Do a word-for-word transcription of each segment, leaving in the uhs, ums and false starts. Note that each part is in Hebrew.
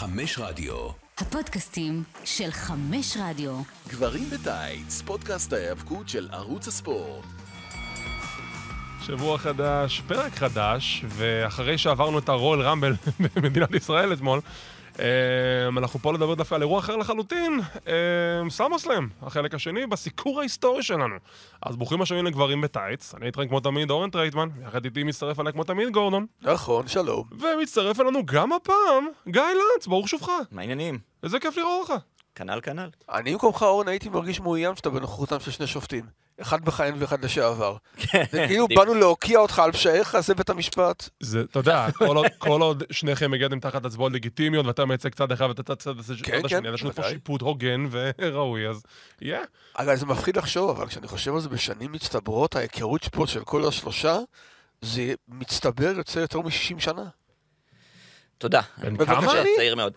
חמש רדיו. הפודקאסטים של חמש רדיו. גברים בטייץ, פודקאסט ההיאבקות של ערוץ הספורט. שבוע חדש, פרק חדש, ואחרי שעברנו את הרול רמבל במדינת ישראל אתמול, אנחנו פה לדבר דווקא על אירוע אחר לחלוטין, סאמרסלאם, החלק השני בסיקור ההיסטורי שלנו. אז ברוכים השבים לגברים בטייץ, אני איתכם כמו תמיד אורן טרייטמן, יחד איתי מצטרף עליי כמו תמיד גורדון. נכון, שלום. ומצטרף אלינו גם הפעם, גיא לנץ, ברוך שובך. מה העניינים? איזה כיף לראות אותך. כנל כנל. אני במקומך אורן הייתי מרגיש מאוים שאתה בנוכחותם של שני שופטים. אחד בכהן ואחד לשעבר. כאילו באנו להוקיע אותך על פשעיך, זה בית המשפט. זה, אתה יודע, כל עוד שניכם הגעתם תחת הצבעות לגיטימיות, ואתה מייצג צד אחד ואתה צד השני, יש לנו פה שיפוט הוגן וראוי, אז יהיה. אגב, זה מפחיד לחשוב, אבל כשאני חושב על זה בשנים מצטברות, ההיכרות פה של כל השלושה, זה מצטבר יוצא יותר מ-שישים שנה. תודה. בן כמה אני? צעיר מאוד.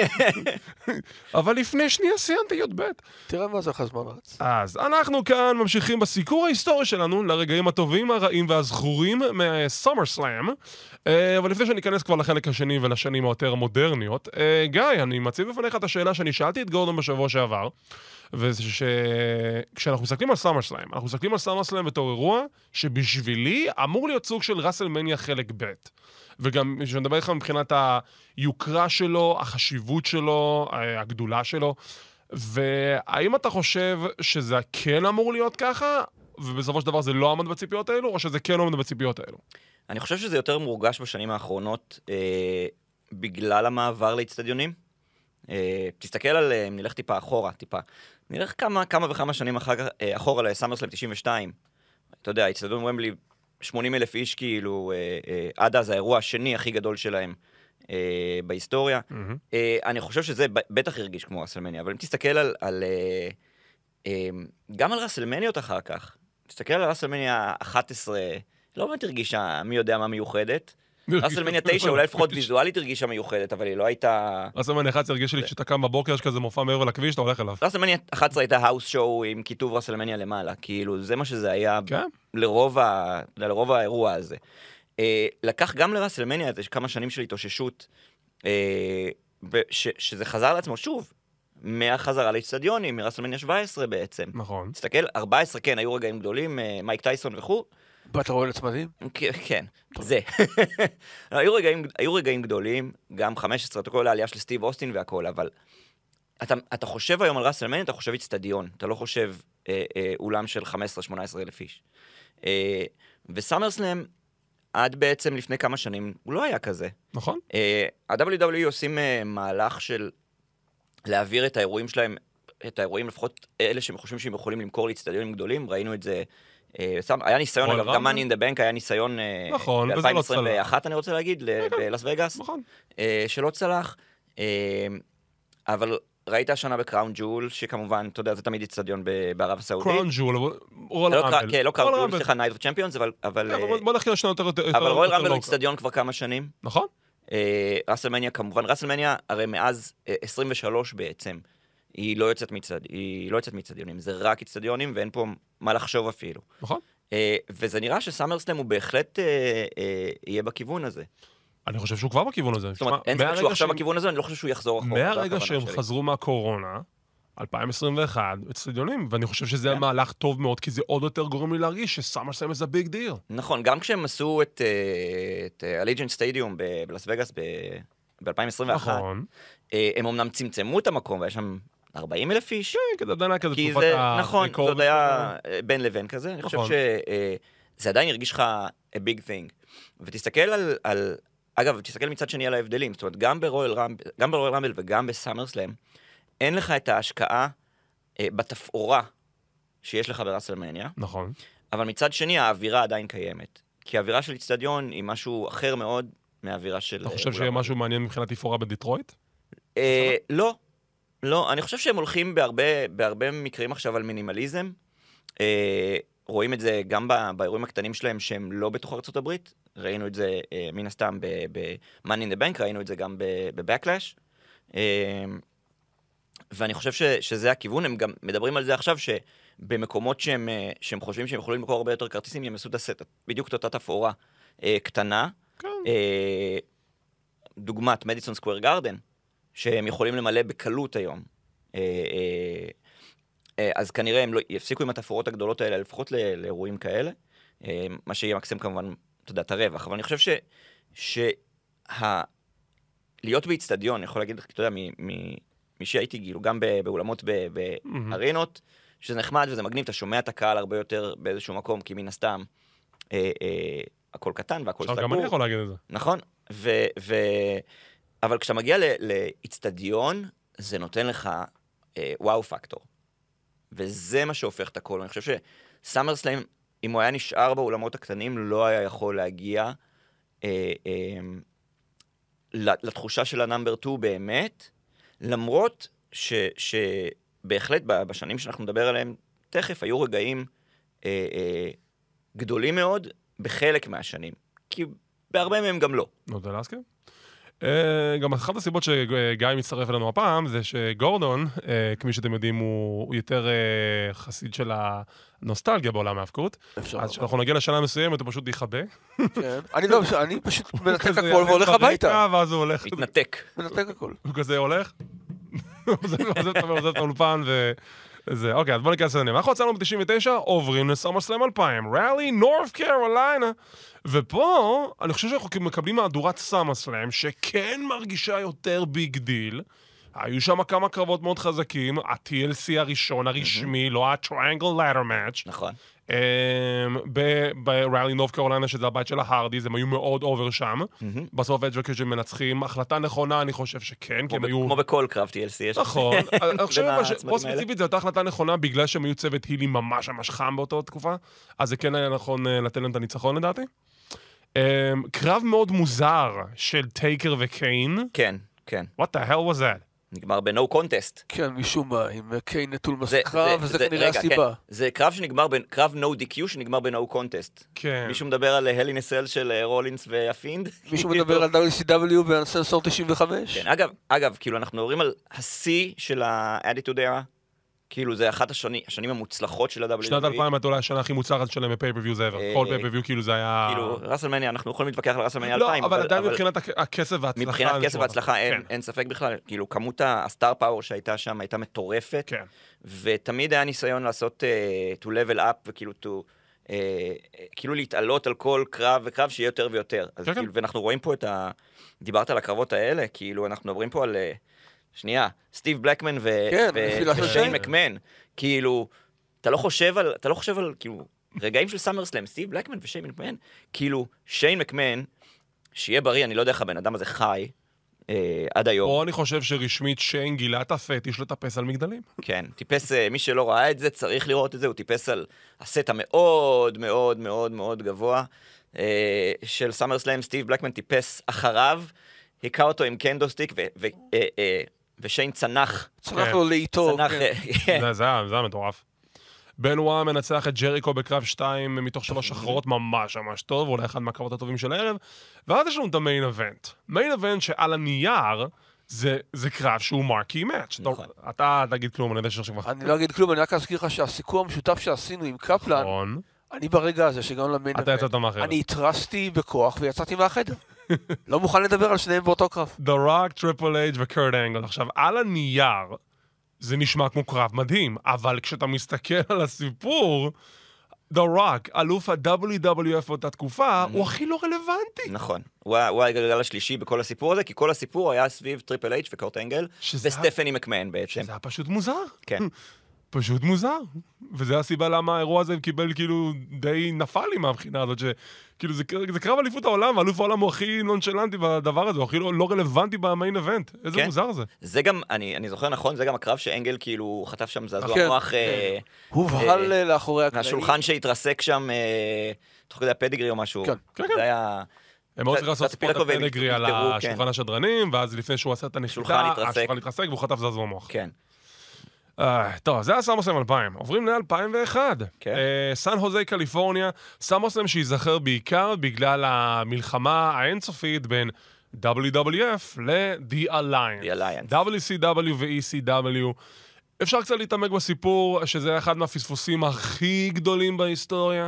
אבל לפני שנייה סיימתי י' ב'. תראה מה זה לך זמן רץ. אז אנחנו כאן ממשיכים בסיקור ההיסטורי שלנו לרגעים הטובים, הרעים והזכורים מהסאמרסלאם. אבל לפני שניכנס כבר לחלק השני ולשנים היותר מודרניות, גיא, אני מציב בפניך את השאלה שאני שאלתי את גורדון בשבוע שעבר, וזה שכשאנחנו מסתכלים על סאמרסלאם, אנחנו מסתכלים על סאמרסלאם בתור אירוע שבשבילי אמור להיות סוג של רסלמניה חלק ב'. וגם כשנדבר איתך מבחינת היוקרה שלו, החשיבות שלו, הגדולה שלו, והאם אתה חושב שזה כן אמור להיות ככה, ובסופו של דבר זה לא עמד בציפיות האלו, או שזה כן עמד בציפיות האלו? אני חושב שזה יותר מורגש בשנים האחרונות, אה, בגלל המעבר לאצטדיונים. אה, תסתכל על, אם נלך טיפה אחורה, טיפה. נלך כמה, כמה וכמה שנים אחר, אה, אחורה לסאמרסלאם תשעים ושתיים. אתה יודע, האצטדיון ומבלי שמונים אלף איש, כאילו, אה, אה, עד אז האירוע השני הכי גדול שלהם אה, בהיסטוריה. Mm-hmm. אה, אני חושב שזה בטח הרגיש כמו רסלמניה, אבל אם תסתכל על, על אה, אה, גם על רסלמניות אחר כך, תסתכל על רסלמניה אחת עשרה, לא באמת הרגישה מי יודע מה מיוחדת. רסלמניה תשע אולי לפחות ויזואלית הרגישה מיוחדת, אבל היא לא הייתה... רסלמניה אחת עשרה הרגיש לי כשאתה קם בבוקר, יש כזה מופע מעבר לכביש, אתה הולך אליו. רסלמניה אחת עשרה הייתה האוס שואו עם כיתוב רסלמניה למעלה, כאילו זה מה שזה היה לרוב ה... לרוב האירוע הזה. לקח גם לרסלמניה איזה כמה שנים של התאוששות, שזה חזר לעצמו שוב, מהחזרה לאצטדיונים, מרסלמניה שבע עשרה בעצם. נכון. תסתכל, ארבע עשרה כן, היו רגעים גדולים, מייק טייסון וכו'. באטל רויאל הצמדים? כן, זה. היו רגעים, היו רגעים גדולים, גם חמש עשרה, כל העלייה של סטיב אוסטין והכל, אבל אתה, אתה חושב היום על רסלמניה, אתה חושב אצטדיון, אתה לא חושב אה, אה, אולם של חמש עשרה שמונה עשרה אלף איש. אה, וסאמרסלאם, עד בעצם לפני כמה שנים, הוא לא היה כזה. נכון. אה, ה-דאבליו דאבליו אי עושים אה, מהלך של להעביר את האירועים שלהם, את האירועים לפחות אלה שהם חושבים שהם יכולים למכור לאצטדיונים גדולים, ראינו את זה, היה ניסיון, אגב, גם Money in the Bank היה ניסיון ב-אלפיים עשרים ואחת, אני רוצה להגיד, בלאס וגאס, שלא צלח, אבל ראית השנה בקראון ג'ול, שכמובן, אתה יודע, זה תמיד אצטדיון בערב הסעודית. קראון ג'ול, רול רמבל. כן, לא קראון ג'ול, סליחה, נייט אוף צ'מפיונס, אבל... בוא נחכה לשנה יותר... אבל רול רמבל הוא אצטדיון כבר כמה שנים. נכון. רסלמניה, כמובן, רסלמניה, הרי מאז עשרים ושלוש בעצם, היא לא יוצאת מצד, היא לא יוצאת מצדיונים, זה רק אצטדיונים, ואין פה מה לחשוב אפילו. נכון. וזה נראה שסאמרסלאם הוא בהחלט יהיה בכיוון הזה. אני חושב שהוא כבר בכיוון הזה. זאת אומרת, אין ספק שהוא עכשיו בכיוון הזה, אני לא חושב שהוא יחזור אחורה. מהרגע שהם חזרו מהקורונה, אלפיים עשרים ואחת, אצטדיונים, ואני חושב שזה מהלך טוב מאוד, כי זה עוד יותר גורם לי להרגיש שסאמרסלאם זה ביג דיר. נכון, גם כשהם עשו את הליג'נט סטדיום בלאס וגאס ב-אלפיים עשרים ואחת, הם אמנם צמצמו את המקום, ויש שם ארבעים אלף איש. כן, כזה עדיין היה כזה תקופת ה... נכון, זה עוד היה בין לבין כזה. אני חושב שזה עדיין ירגיש לך a big thing. ותסתכל על... אגב, תסתכל מצד שני על ההבדלים. זאת אומרת, גם ברואל רמבל וגם בסאמרסלאם, אין לך את ההשקעה בתפאורה שיש לך ברסלמניה. נכון. אבל מצד שני, האווירה עדיין קיימת. כי האווירה של אצטדיון היא משהו אחר מאוד מהאווירה של... אתה חושב שיהיה משהו מעניין מבחינת תפאורה בדיטרויט? לא. לא, אני חושב שהם הולכים בהרבה, בהרבה מקרים עכשיו על מינימליזם. אה, רואים את זה גם באירועים הקטנים שלהם שהם לא בתוך ארצות הברית. ראינו את זה אה, מן הסתם ב-Money in the Bank, ראינו את זה גם ב-Backlash. אה, ואני חושב ש, שזה הכיוון. הם גם מדברים על זה עכשיו שבמקומות שהם, שהם חושבים שהם יכולים למכור הרבה יותר כרטיסים, הם עשו את הסט, בדיוק את אותה תפאורה אה, קטנה. כן. אה, דוגמת מדיסון סקוואר גארדן. שהם יכולים למלא בקלות היום. אז כנראה הם לא יפסיקו עם התפאורות הגדולות האלה, לפחות לאירועים כאלה, מה שיהיה מקסים כמובן, אתה יודע, את הרווח. אבל אני חושב ש... שה... להיות באצטדיון, אני יכול להגיד, אתה יודע, מי שהייתי גילו, גם באולמות בארינות, שזה נחמד וזה מגניב, אתה שומע את הקהל הרבה יותר באיזשהו מקום, כי מן הסתם, הכל קטן והכל סגור. גם אני יכול להגיד את זה. נכון, אבל כשאתה מגיע לאצטדיון, זה נותן לך וואו פקטור. וזה מה שהופך את הכל. אני חושב שסאמר סלאם, אם הוא היה נשאר באולמות הקטנים, לא היה יכול להגיע לתחושה של הנאמבר טו באמת, למרות שבהחלט בשנים שאנחנו נדבר עליהם, תכף היו רגעים גדולים מאוד בחלק מהשנים. כי בהרבה מהם גם לא. נודה להסכים. גם אחת הסיבות שגיא מצטרף אלינו הפעם, זה שגורדון, כמי שאתם יודעים, הוא יותר חסיד של הנוסטלגיה בעולם ההפקות. אז כשאנחנו נגיע לשנה מסוימת, הוא פשוט ייחבא. כן. אני לא, אני פשוט מנתק הכל והולך הביתה. ואז הוא הולך. מתנתק. מנתק הכל. הוא כזה הולך, הוא עוזב את האולפן ו... זה, אוקיי, אז בוא ניכנס לעניינים. אנחנו יצאנו ב-תשעים ותשע, עוברים לסאמר סלאם אלפיים, ראלי, נורת קרוליינה. ופה, אני חושב שאנחנו מקבלים מהדורת סאמר סלאם, שכן מרגישה יותר ביג דיל. היו שם כמה קרבות מאוד חזקים, ה-טי אל סי הראשון, הרשמי, לא ה-Triangle Ladder Match. נכון. בראלי נורת קרוליינה, שזה הבית של ההרדיז, הם היו מאוד אובר שם. בסוף אדג' וקייג' מנצחים. החלטה נכונה, אני חושב שכן, כי הם היו... כמו בכל קרב טי אל סי יש. נכון. אני חושב שפה ספציפית זו הייתה החלטה נכונה, בגלל שהם היו צוות הילי ממש ממש חם באותה תקופה, אז זה כן היה נכון לתת להם את הניצחון לדעתי. קרב מאוד מוזר של טייקר וקיין. כן, כן. What the hell was that? נגמר ב-No contest. כן, משום מה, עם קיין נטול מסכה, וזה כנראה הסיבה. זה קרב שנגמר, קרב No די קיו שנגמר ב-No contest. כן. מישהו מדבר על הלי נסל של רולינס והפינד? מישהו מדבר על דאבליו סי דאבליו באנסנסור תשעים וחמש? כן, אגב, אגב, כאילו אנחנו מדברים על השיא של ה-Attitude Era, כאילו זה אחת השנים, השנים המוצלחות של ה-דאבליו דאבליו אי. שנת אלפיים הייתה אולי השנה הכי מוצלחת שלהם בפייפריוויו זה ever. כל פייפריוויו כאילו זה היה... כאילו, ראסלמניה, אנחנו יכולים להתווכח על ראסלמניה אלפיים. לא, אבל עדיין מבחינת הכסף וההצלחה. מבחינת כסף וההצלחה אין ספק בכלל. כאילו, כמות הסטאר פאוור שהייתה שם הייתה מטורפת. כן. ותמיד היה ניסיון לעשות to level up וכאילו to... כאילו להתעלות על כל קרב וקרב שיהיה יותר ויותר. ואנחנו רואים פה את ה... דיברת על הקרבות האלה, כאילו אנחנו מדברים פה על... שנייה, סטיב בלקמן ושיין מקמן, כאילו, אתה לא חושב על, אתה לא חושב על, כאילו, רגעים של סאמר סלאם, סטיב בלקמן ושיין מקמן, כאילו, שיין מקמן, שיהיה בריא, אני לא יודע איך הבן אדם הזה חי, עד היום. פה אני חושב שרשמית שיין גילה את הפטיש לטפס על מגדלים. כן, טיפס, מי שלא ראה את זה, צריך לראות את זה, הוא טיפס על הסט המאוד מאוד מאוד מאוד גבוה, של סאמר סלאם, סטיב בלקמן טיפס אחריו, היכה אותו עם קנדוסטיק, ו... ושיין צנח. צנח לו לאיתו. זה היה מטורף. בנואה מנצח את ג'ריקו בקרב שתיים מתוך שלוש אחרות ממש ממש טוב, אולי אחד מהקרבות הטובים של הערב. ואז יש לנו את המיין אבנט. מיין אבנט שעל הנייר זה קרב שהוא מרקי מאץ'. אתה תגיד כלום, אני יודע שיש כבר... אני לא אגיד כלום, אני רק אזכיר לך שהסיכום המשותף שעשינו עם קפלן, אני ברגע הזה שגם למיין אבנט, אני התרסתי בכוח ויצאתי מהחדר. לא מוכן לדבר על שניהם באותו קרב. The Rock, Triple H וקרט אנגל. עכשיו, על הנייר, זה נשמע כמו קרב מדהים, אבל כשאתה מסתכל על הסיפור, The Rock, אלוף ה-דאבליו דאבליו אף באותה תקופה, הוא הכי לא רלוונטי. נכון. הוא היה הגלגל השלישי בכל הסיפור הזה, כי כל הסיפור היה סביב טריפל אייץ' וקרט אנגל, וסטפני מקמן בעצם. שזה היה פשוט מוזר. כן. פשוט מוזר. וזה הסיבה למה האירוע הזה קיבל כאילו די נפל לי מהבחינה הזאת, שכאילו זה, זה קרב אליפות העולם, ואלוף העולם הוא הכי נונשלנטי בדבר הזה, הוא הכי לא, לא רלוונטי במיין אבנט. איזה כן. מוזר זה. זה גם, אני, אני זוכר נכון, זה גם הקרב שאנגל כאילו חטף שם זעזוע כן. מוח... אה, הובהל אה, לאחורי הקלעים. מהשולחן שהתרסק שם, אה, תוך כדי הפדיגרי או משהו. כן, כן, כן. זה היה... הם מאוד צריכים לעשות ספורט הפדיגרי על השולחן השדרנים, ואז לפני שהוא עשה את הנחיתה, השולחן התרסק והוא חטף זעזוע מוח. כן. טוב, זה היה סאמר סלאם אלפיים. עוברים ל-אלפיים ואחת. סן הוזה, קליפורניה. סאמר סלאם שיזכר בעיקר בגלל המלחמה האינסופית בין דאבליו דאבליו אף ל-The Alliance. דאבליו סי דאבליו ו-אי סי דאבליו. אפשר קצת להתעמק בסיפור, שזה אחד מהפספוסים הכי גדולים בהיסטוריה.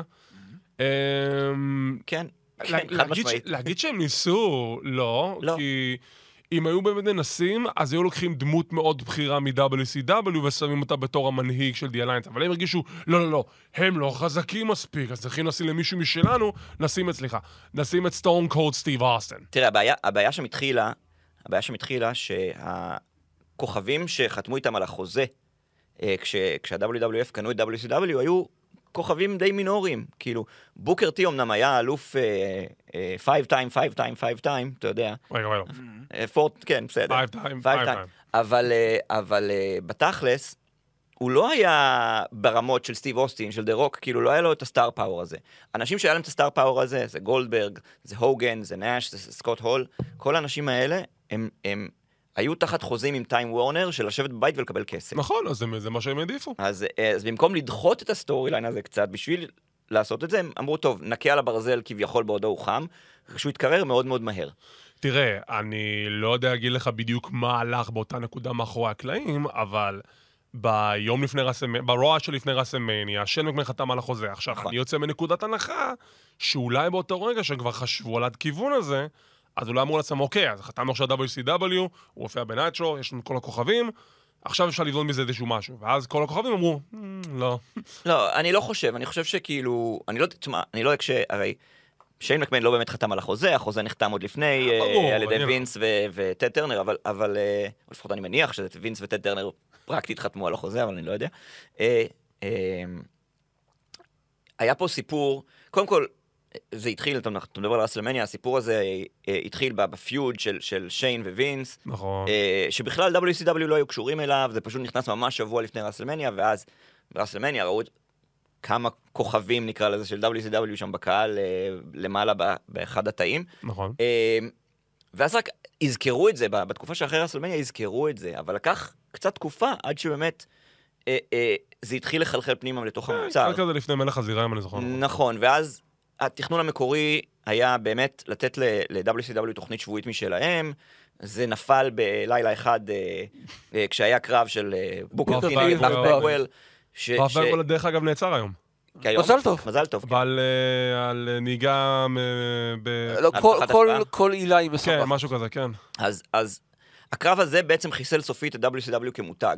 כן. להגיד שהם ניסו, לא, כי... אם היו באמת מנסים, אז היו לוקחים דמות מאוד בכירה מ-דאבליו סי דאבליו ושמים אותה בתור המנהיג של די אליינס, אבל הם הרגישו, לא, לא, לא, הם לא חזקים מספיק, אז צריכים לשים למישהו משלנו, נשים את, סליחה, נשים את סטון קולד סטיב אוסטין. תראה, הבעיה, הבעיה שמתחילה, הבעיה שמתחילה שהכוכבים שחתמו איתם על החוזה, כש, כשה-דאבליו דאבליו אף קנו את דאבליו סי דאבליו, היו כוכבים די מינוריים, כאילו, בוקר טי אמנם היה אלוף five time, five time, five time, אתה יודע. רגע, רגע. פורט, כן, בסדר. five time, five time. אבל, אבל בתכלס, הוא לא היה ברמות של סטיב אוסטין, של דה רוק, כאילו לא היה לו את הסטאר פאוור הזה. אנשים שהיה להם את הסטאר פאוור הזה, זה גולדברג, זה הוגן, זה נאש, זה סקוט הול, כל האנשים האלה, הם, הם היו תחת חוזים עם טיים וורנר של לשבת בבית ולקבל כסף. נכון, אז זה, זה מה שהם העדיפו. אז, אז במקום לדחות את הסטורי ליין הזה קצת, בשביל לעשות את זה, הם אמרו, טוב, נקה על הברזל כביכול בעודו הוא חם, שהוא התקרר מאוד מאוד מהר. תראה, אני לא יודע להגיד לך בדיוק מה הלך באותה נקודה מאחורי הקלעים, אבל ביום לפני רסמניה, ברוע שלפני רסמניה, שיין מקמן חתם על החוזה. עכשיו, אני יוצא מנקודת הנחה, שאולי באותו רגע שכבר חשבו על הכיוון הזה, אז אולי אמרו לעצמם, אוקיי, אז חתמנו עכשיו דאבליו סי דאבליו, הוא הופיע בנייטרו, יש לנו כל הכוכבים, עכשיו אפשר לבנות מזה איזשהו משהו. ואז כל הכוכבים אמרו, לא. לא, אני לא חושב, אני חושב שכאילו, אני לא, תשמע, אני לא אקשה, הרי שיין מקמן לא באמת חתם על החוזה, החוזה נחתם עוד לפני, על ידי וינס וטד טרנר, אבל לפחות אני מניח שזה וינס וטד טרנר פרקטית חתמו על החוזה, אבל אני לא יודע. היה פה סיפור, קודם כל, זה התחיל, אתה מדבר על רסלמניה, הסיפור הזה התחיל בפיוד של, של שיין ווינס, נכון. שבכלל דאבליו סי דאבליו לא היו קשורים אליו, זה פשוט נכנס ממש שבוע לפני רסלמניה, ואז ברסלמניה ראו כמה כוכבים נקרא לזה של דאבליו סי דאבליו שם בקהל, למעלה באחד התאים. נכון. ואז רק הזכרו את זה, בתקופה שאחרי רסלמניה הזכרו את זה, אבל לקח קצת תקופה עד שבאמת זה התחיל לחלחל פנימה לתוך המוצר. קצת כזה לפני מלך הזירה, אם אני זוכר. נכון, ואז התכנון המקורי היה באמת לתת ל-דאבליו סי דאבליו תוכנית שבועית משלהם, זה נפל בלילה אחד כשהיה קרב של בוקר טי נגד רף בגוול. רף בגוול דרך אגב נעצר היום. מזל טוב. מזל טוב. על נהיגה כל עילה היא מסובך. כן, משהו כזה, כן. אז הקרב הזה בעצם חיסל סופית את דאבליו סי דאבליו כמותג.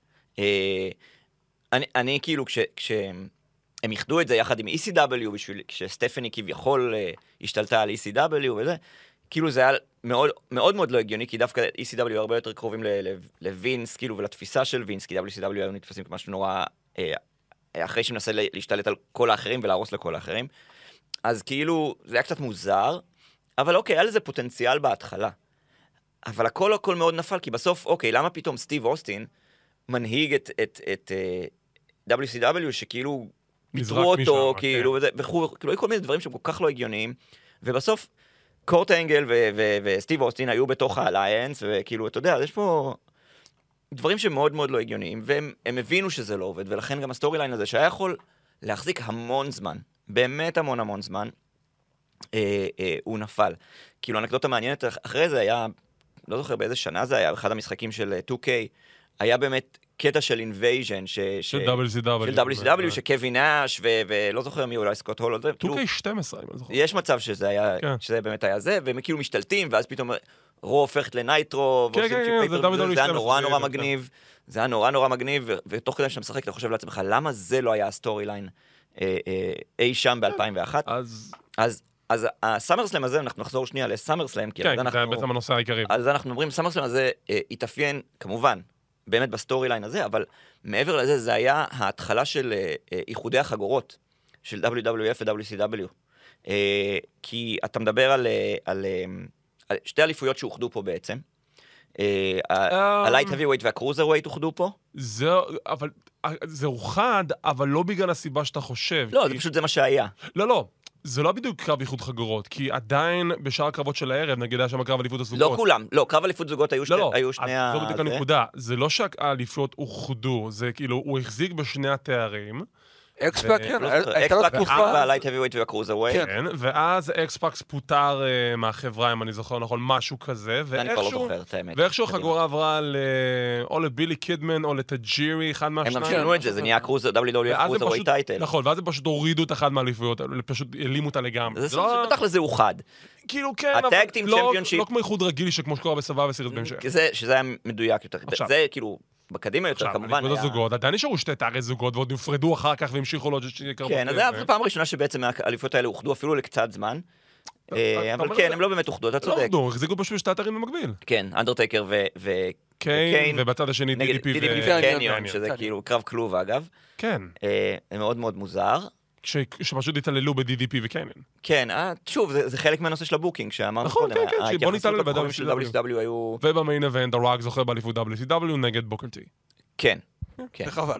אני כאילו כש... הם יחדו את זה יחד עם אי סי דאבליו, בשביל כשסטפני כביכול השתלטה על אי סי דאבליו וזה, כאילו זה היה מאוד מאוד, מאוד לא הגיוני, כי דווקא אי סי דאבליו הרבה יותר קרובים לווינס, כאילו, ולתפיסה של וינס, כי דאבליו סי דאבליו היו נתפסים כמשהו נורא, אחרי שמנסה להשתלט על כל האחרים ולהרוס לכל האחרים. אז כאילו, זה היה קצת מוזר, אבל אוקיי, היה לזה פוטנציאל בהתחלה. אבל הכל הכל מאוד נפל, כי בסוף, אוקיי, למה פתאום סטיב אוסטין מנהיג את, את, את, דאבליו סי דאבליו, שכאילו פיתרו אותו, כאילו, וכו', כאילו, היו כל מיני דברים שהם כל כך לא הגיוניים, ובסוף, קורט אנגל וסטיב אוסטין היו בתוך האליינס, וכאילו, אתה יודע, יש פה דברים שמאוד מאוד לא הגיוניים, והם הבינו שזה לא עובד, ולכן גם הסטורי ליין הזה, שהיה יכול להחזיק המון זמן, באמת המון המון זמן, הוא נפל. כאילו, אנקדוטה מעניינת, אחרי זה היה, לא זוכר באיזה שנה זה היה, אחד המשחקים של טו קיי, היה באמת קטע של אינבייז'ן, של דאבליו סי דאבליו, של דאבליו סי דאבליו, שקווי נאש, ולא זוכר מי, אולי סקוט הול, טו קיי שתים עשרה, אני לא זוכר. יש מצב שזה היה, שזה באמת היה זה, והם כאילו משתלטים, ואז פתאום רו הופכת לנייטרו, כן, כן, כן, זה דאבליו דאבליו זה היה נורא נורא מגניב, זה היה נורא נורא מגניב, ותוך כדי שאתה משחק, אתה חושב לעצמך, למה זה לא היה הסטורי ליין אי שם ב-אלפיים ואחת? אז אז הסאמרסלאם הזה, אנחנו נחזור שנייה לסאמרסלאם, כי כן, זה בעצם הנושא העיקרי. אז אנחנו אומרים, סאמרסלאם הזה התאפיין, כמובן, באמת בסטורי ליין הזה, אבל מעבר לזה, זה היה ההתחלה של איחודי החגורות, של דאבליו דאבליו אף ו-דאבליו סי דאבליו. כי אתה מדבר על, על, על שתי אליפויות שאוחדו פה בעצם. הלייט האבי ווייט והקרוזר ווייט אוחדו פה. זה, אבל, זה אוחד, אבל לא בגלל הסיבה שאתה חושב. לא, כי... זה פשוט זה מה שהיה. לא, לא. זה לא בדיוק קרב איחוד חגורות, כי עדיין בשאר הקרבות של הערב, נגיד היה שם קרב אליפות הזוגות. לא כולם, לא, קרב אליפות זוגות היו שני... לא, לא, שני אז זו בדיוק הנקודה. זה לא שהאליפות אוחדו, זה כאילו, הוא החזיק בשני התארים, אקספאק, כן, הייתה לו תקופה. והלייט heavyweight והקרוזרווייט. כן, ואז אקספאקס פוטר מהחברה, אם אני זוכר נכון, משהו כזה, אני כבר לא זוכר את האמת. ואיכשהו החגורה עברה או לבילי קידמן או לטג'ירי, אחד מהשניים. הם גם שינו את זה, זה נהיה דאבליו דאבליו אף קרוזרווייט טייטל. נכון, ואז הם פשוט הורידו את אחד מהאליפויות, פשוט העלימו אותה לגמרי. זה בטח לזה הוא חד. כאילו כן, אבל לא כמו איחוד רגיל שכמו שקורה בסבבה וסיריס בהמשך. שזה היה מדויק יותר. זה כאילו... בקדימה יותר, כמובן היה... הזוגות, עדיין נשארו שתי תארי זוגות, ועוד נפרדו אחר כך והמשיכו לו... כן, אז זה היה פעם ראשונה שבעצם האליפויות האלה הוחדו אפילו לקצת זמן. אבל כן, הם לא באמת הוחדו, אתה צודק. לא הוחדו, החזיקו פשוט שתי תארים במקביל. כן, אנדרטייקר וקיין, ובצד השני די די פי וקניון, שזה כאילו קרב כלוב אגב. כן. מאוד מאוד מוזר. שפשוט התעללו ב-די די פי וקניון. כן, שוב, זה חלק מהנושא של הבוקינג שאמרנו קודם. נכון, כן, כן, בוא נתעלל ב-דאבליו סי דאבליו היו... ובמיין איבנט, הרוק זוכה באליפות דאבליו סי דאבליו נגד בוקר טי. כן. וחבל.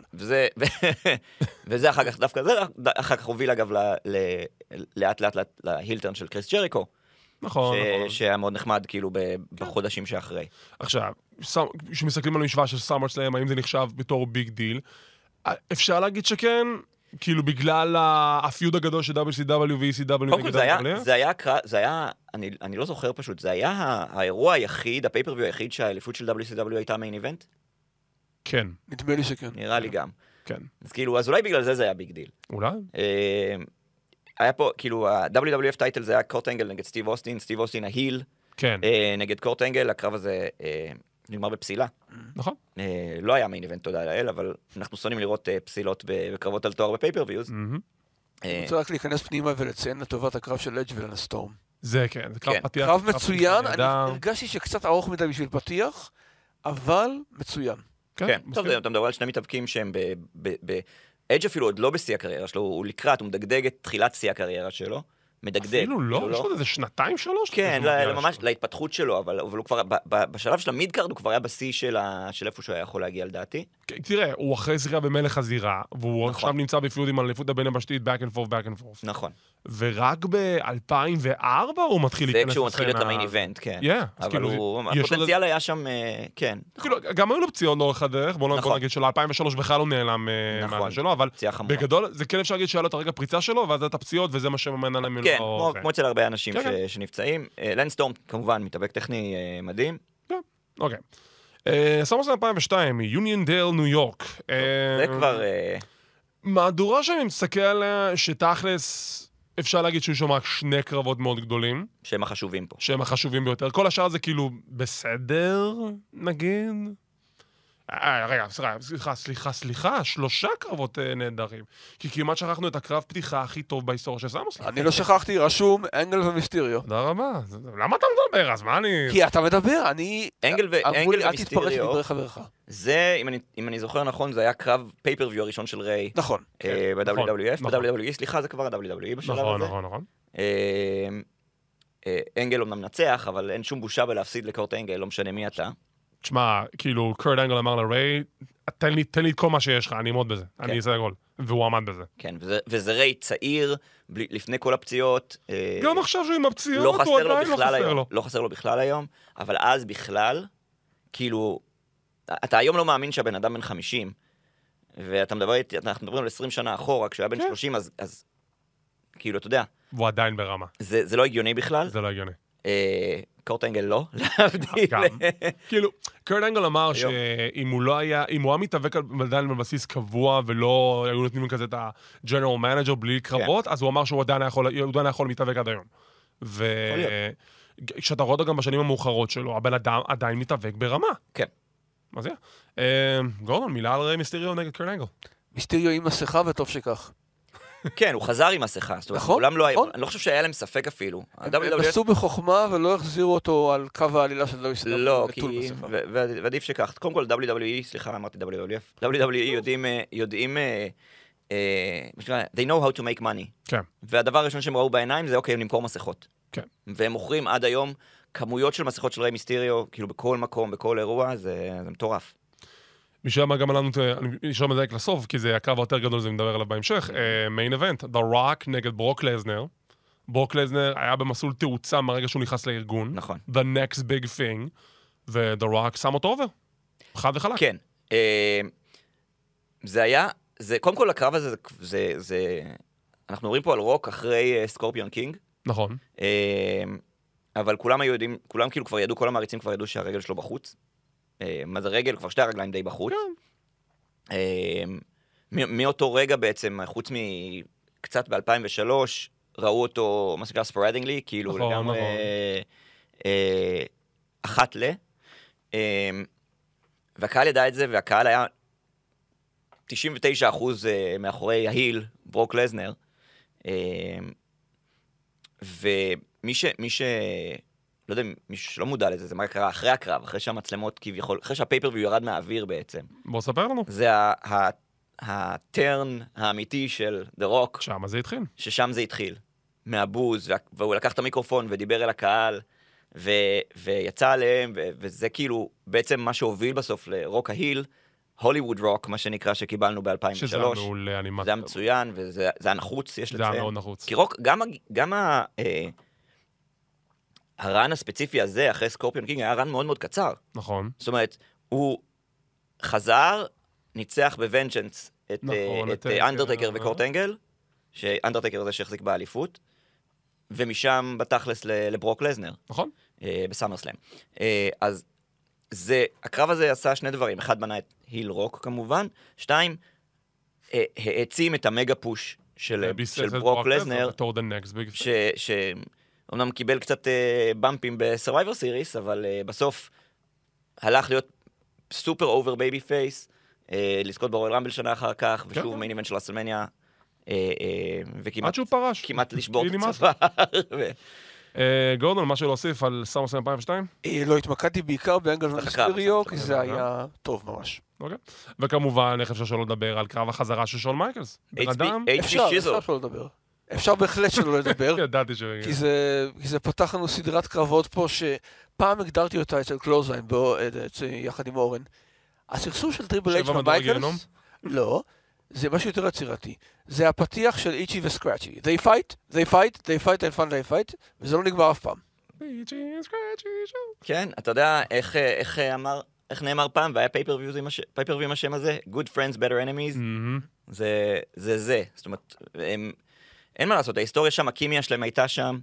וזה אחר כך, דווקא זה אחר כך הוביל אגב לאט לאט להילטרן של קריס ג'ריקו. נכון, נכון. שהיה מאוד נחמד כאילו בחודשים שאחרי. עכשיו, כשמסתכלים על המשוואה של סאמר סלאם, האם זה נחשב בתור ביג דיל? אפשר להגיד שכן, כאילו בגלל הפיוד הגדול של דאבליו סי דאבליו ו-אי סי דאבליו נגד דאבליו. זה היה, זה היה, אני לא זוכר פשוט, זה היה האירוע היחיד, הפייפריוויו היחיד שהאליפות של דאבליו סי דאבליו הייתה מיין איבנט? כן. נדמה לי שכן. נראה לי גם. כן. אז כאילו, אז אולי בגלל זה זה היה ביג דיל. אולי? היה פה, כאילו, ה-דאבליו דאבליו אף טייטל זה היה קורט אנגל נגד סטיב אוסטין, סטיב אוסטין ההיל. כן. נגד קורט אנגל, הקרב הזה נגמר בפסילה. נכון. לא היה מיין איבנט, תודה לאל, אבל אנחנו שונאים לראות פסילות בקרבות על תואר בפייפריוויוז. אני רוצה רק להיכנס פנימה ולציין לטובת הקרב של אדג' ולנסטורם. זה כן, זה קרב פתיח. קרב מצוין, אני הרגשתי שקצת ארוך מדי בשביל פתיח, אבל מצוין. כן, טוב, אתה מדבר על שני מתאבקים שהם אדג' אפילו עוד לא בשיא הקריירה שלו, הוא לקראת, הוא מדגדג את תחילת שיא הקריירה שלו, מדגדג. אפילו לא, יש לו איזה שנתיים שלוש? כן, ממש להתפתחות שלו, אבל הוא כבר, בשלב של המידקארד הוא כבר היה בשיא של איפה שהוא היה יכול להגיע לדעתי. תראה, הוא אחרי זריעה במלך הזירה, והוא עכשיו נמצא בפיודים על אליפות הבין הבשתית, back and forth, back and forth. נכון. ורק ב-אלפיים וארבע הוא מתחיל להיכנס לסצנה. זה כשהוא מתחיל את המיין איבנט, כן. אבל הפוטנציאל היה שם, כן. גם היו לו פציעות לאורך הדרך, בוא נגיד של אלפיים ושלוש בכלל הוא נעלם מהזה שלו, אבל בגדול זה כן אפשר להגיד שהיה לו את הרגע פריצה שלו, ואז את הפציעות וזה מה שממנה להם. כן, כמו אצל הרבה אנשים שנפצעים. לנסטורם כמובן מתאבק טכני מדהים. אוקיי. סמרסלאם אלפיים ושתיים, יוניונדייל, ניו יורק. זה כבר... מהדורה שאני מסתכל עליה, שתכלס אפשר להגיד שהוא שומע שני קרבות מאוד גדולים. שהם החשובים פה. שהם החשובים ביותר. כל השאר זה כאילו בסדר, נגיד. רגע, סליחה, סליחה, סליחה, שלושה קרבות נהדרים. כי כמעט שכחנו את הקרב פתיחה הכי טוב בהיסטוריה של סמרסלאם. אני לא שכחתי, רשום אנגל ומיסטריו. תודה רבה. למה אתה מדבר? אז מה אני... כי אתה מדבר, אני... אנגל ומיסטריו... אל תתפרץ לדברי חברך. זה, אם אני זוכר נכון, זה היה קרב פייפריוויו הראשון של ריי. נכון. ב-דאבליו דאבליו אף, ב-דאבליו דאבליו אי, סליחה, זה כבר ה-דאבליו דאבליו אי בשלב הזה. נכון, נכון, נכון. אנגל אומנם מנצח, אבל אין שום בושה בלהפסיד לקורט אנגל, לא משנה מי אתה. תשמע, כאילו, קורט אנגל אמר לריי, תן לי, תן לי את כל מה שיש לך, אני אעמוד בזה, אני אעשה הכל. והוא עמד בזה. כן, וזה ריי צעיר, לפני כל הפציעות. גם עכשיו שהוא עם הפציעות, הוא עדיין לא חסר לו. לא חסר לו בכלל היום, אבל אז בכלל, כאילו, אתה היום לא מאמין שהבן אדם בן חמישים, ואתה מדבר איתי, אנחנו מדברים על עשרים שנה אחורה, כשהוא היה בן שלושים, אז כאילו, אתה יודע. והוא עדיין ברמה. זה לא הגיוני בכלל. זה לא הגיוני. קורט אנגל לא, להבדיל. כאילו, קורט אנגל אמר שאם הוא לא היה, אם הוא היה מתאבק עדיין בבסיס קבוע, ולא היו נותנים כזה את הג'נרל מנג'ר בלי קרבות, אז הוא אמר שהוא עדיין יכול להתאבק עד היום. וכשאתה רואה אותו גם בשנים המאוחרות שלו, הבן אדם עדיין מתאבק ברמה. כן. מה זה? גורדון, מילה על ריי מיסטריו נגד קורט אנגל. מיסטריו עם מסכה וטוב שכך. כן, הוא חזר עם מסכה. נכון, נכון. אני לא חושב שהיה להם ספק אפילו. הם עשו בחוכמה ולא החזירו אותו על קו העלילה של דאבליו דאבליו אי. לא, כי... ועדיף שכך. קודם כל, דאבליו דאבליו אי, סליחה, אמרתי דאבליו דאבליו אף. דאבליו דאבליו אי יודעים... יודעים... They know how to make money. כן. והדבר הראשון שהם ראו בעיניים זה, אוקיי, הם למכור מסכות. כן. והם מוכרים עד היום כמויות של מסכות של ריי מיסטריו, כאילו בכל מקום, בכל אירוע, זה מטורף. משם מה גם עלינו, אני אשאר מדייק לסוף, כי זה הקרב היותר גדול, זה מדבר עליו בהמשך. מיין איבנט, The Rock נגד ברוק לזנר. ברוק לזנר היה במסלול תאוצה מהרגע שהוא נכנס לארגון. נכון. The next big thing. ו-The Rock שם אותו עובר. חד וחלק. כן. זה היה, זה, קודם כל, הקרב הזה, זה, זה, אנחנו מדברים פה על רוק אחרי סקורפיון קינג. נכון. אבל כולם היו יודעים, כולם כאילו כבר ידעו, כל המעריצים כבר ידעו שהרגל שלו בחוץ. מה זה רגל? כבר שתי הרגליים די בחוץ. מאותו רגע בעצם, חוץ מקצת ב-אלפיים ושלוש, ראו אותו, מה שנקרא, ספרדינגלי, כאילו לגמרי אחת ל. והקהל ידע את זה, והקהל היה תשעים ותשעה אחוז מאחורי ההיל, ברוק לזנר. ומי ש... מי ש... לא יודע, מישהו שלא מודע לזה, זה מה קרה אחרי הקרב, אחרי שהמצלמות כביכול, אחרי שהפייפריוויו ירד מהאוויר בעצם. בוא ספר לנו. זה הטרן האמיתי של The Rock. שם זה התחיל. ששם זה התחיל. מהבוז, והוא לקח את המיקרופון ודיבר אל הקהל, ויצא עליהם, וזה כאילו בעצם מה שהוביל בסוף לרוק ההיל, הוליווד רוק, מה שנקרא, שקיבלנו ב-אלפיים ושלוש. שזה מעול, אני... זה המצוין, וזה הנחוץ, יש לציין. זה היה מאוד נחוץ. כי רוק, גם, גם ה... הרן הספציפי הזה, אחרי סקורפיון קינג, היה רן מאוד מאוד קצר. נכון. זאת אומרת, הוא חזר, ניצח בוונג'נס את אנדרטקר וקורט אנגל, שאנדרטקר זה שהחזיק באליפות, ומשם בתכלס לברוק לזנר. נכון. בסאמרסלאם. אז זה, הקרב הזה עשה שני דברים. אחד, בנה את היל רוק כמובן. שתיים, העצים את המגה פוש של ברוק לזנר, שאומנם קיבל קצת במפים בסרווייבר סיריס, אבל בסוף הלך להיות סופר אובר בייבי פייס, לזכות ברואל רמבל שנה אחר כך, ושוב מיין איבנט של רסלמניה, וכמעט כמעט לשבור את הצוואר. גורדון, משהו להוסיף על סאמרסלאם אלפיים ושתיים? לא, התמקדתי בעיקר באנגל ומיסטריו, כי זה היה טוב ממש. וכמובן, איך אפשר שלא לדבר על קרב החזרה של שון מייקלס? אפשר, אפשר שלא לדבר. אפשר בהחלט שלא לדבר. ידעתי ש... כי זה פתח לנו סדרת קרבות פה, שפעם הגדרתי אותה אצל קלוזליין, יחד עם אורן. הסכסוך של טריבל אייץ' ומייקלס... לא. זה משהו יותר יצירתי. זה הפתיח של איצ'י וסקראצ'י. They fight, they fight, they fight, and fun, they fight, וזה לא נגמר אף פעם. כן, אתה יודע איך, איך אמר, איך נאמר פעם, והיה פייפריוויו עם השם הזה, Good friends, better enemies, זה זה זה. זאת אומרת, אין מה לעשות, ההיסטוריה שם, הקימיה שלהם הייתה שם,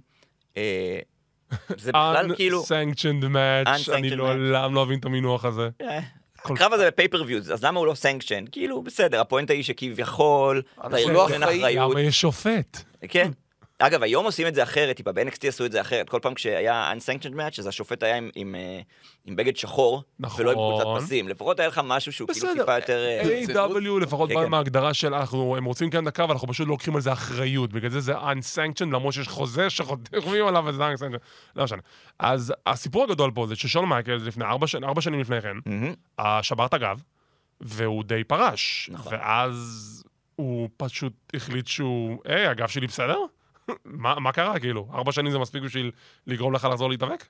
זה בכלל כאילו... Unsanctioned match, אני לעולם לא אבין את המינוח הזה. הקרב הזה בפייפריוויוז, אז למה הוא לא סנקשן? כאילו, בסדר, הפואנטה היא שכביכול, למה יש שופט? כן. אגב, היום עושים את זה אחרת, טיפה, ב-אן אקס טי עשו את זה אחרת. כל פעם כשהיה unsanctioned match, אז השופט היה עם בגד שחור, ולא עם חולצת פסים. לפחות היה לך משהו שהוא כאילו טיפה יותר... איי דאבליו, לפחות מההגדרה של אנחנו, הם רוצים כאן דקה, ואנחנו פשוט לוקחים על זה אחריות. בגלל זה זה unsanctioned, למרות שיש חוזה שחותמים עליו, וזה unsanctioned. לא משנה. אז הסיפור הגדול פה זה ששון מייקלס, לפני ארבע שנים לפני כן, שבר את הגב, והוא די פרש. ואז הוא פשוט החליט שהוא, היי, הגב שלי בסדר? מה, מה קרה, כאילו? ארבע שנים זה מספיק בשביל לגרום לך לחזור להתאבק?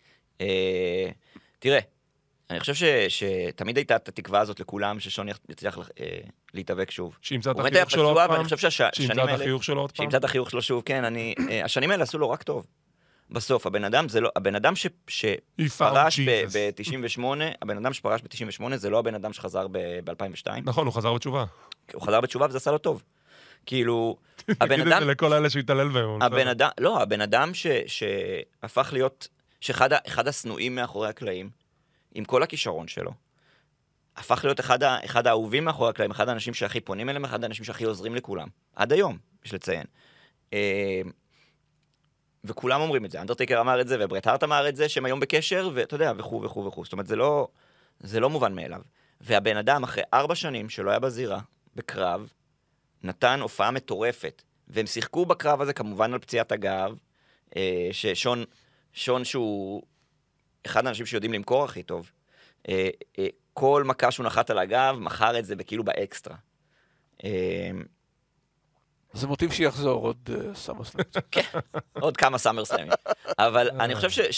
תראה, אני חושב שתמיד הייתה את התקווה הזאת לכולם, ששון יצליח להתאבק שוב. שימצא את החיוך שלו עוד פעם? שימצא את החיוך שלו עוד פעם? שימצא את החיוך שלו שוב, כן. השנים האלה עשו לו רק טוב. בסוף, הבן אדם זה לא, הבן אדם שפרש ב-תשעים ושמונה, הבן אדם שפרש ב-תשעים ושמונה, זה לא הבן אדם שחזר ב-אלפיים ושתיים. נכון, הוא חזר בתשובה. הוא חזר בתשובה וזה עשה לו טוב. כאילו, הבן אדם... לכל האלה שהתעלל בהם. הבן אדם, לא, הבן אדם שהפך להיות, שאחד הסנועים מאחורי הקלעים, עם כל הכישרון שלו, הפך להיות אחד האהובים מאחורי הקלעים, אחד האנשים שהכי פונים אליהם, אחד האנשים שהכי עוזרים לכולם. עד היום, יש לציין. וכולם אומרים את זה. אנדרטקר אמר את זה, וברט הארט אמר את זה, שהם היום בקשר, ואתה יודע, וכו וכו וכו. זאת אומרת, זה לא, זה לא מובן מאליו. והבן אדם, אחרי ארבע שנים שלא היה בזירה, בקרב, נתן הופעה מטורפת. והם שיחקו בקרב הזה, כמובן על פציעת הגב, ששון, שון שהוא אחד האנשים שיודעים למכור הכי טוב. כל מכה שהוא נחת על הגב, מחר את זה בכאילו באקסטרה. זה מוטיב שיחזור עוד סאמרסלאם. כן, עוד כמה סאמרסלאמים. אבל אני חושב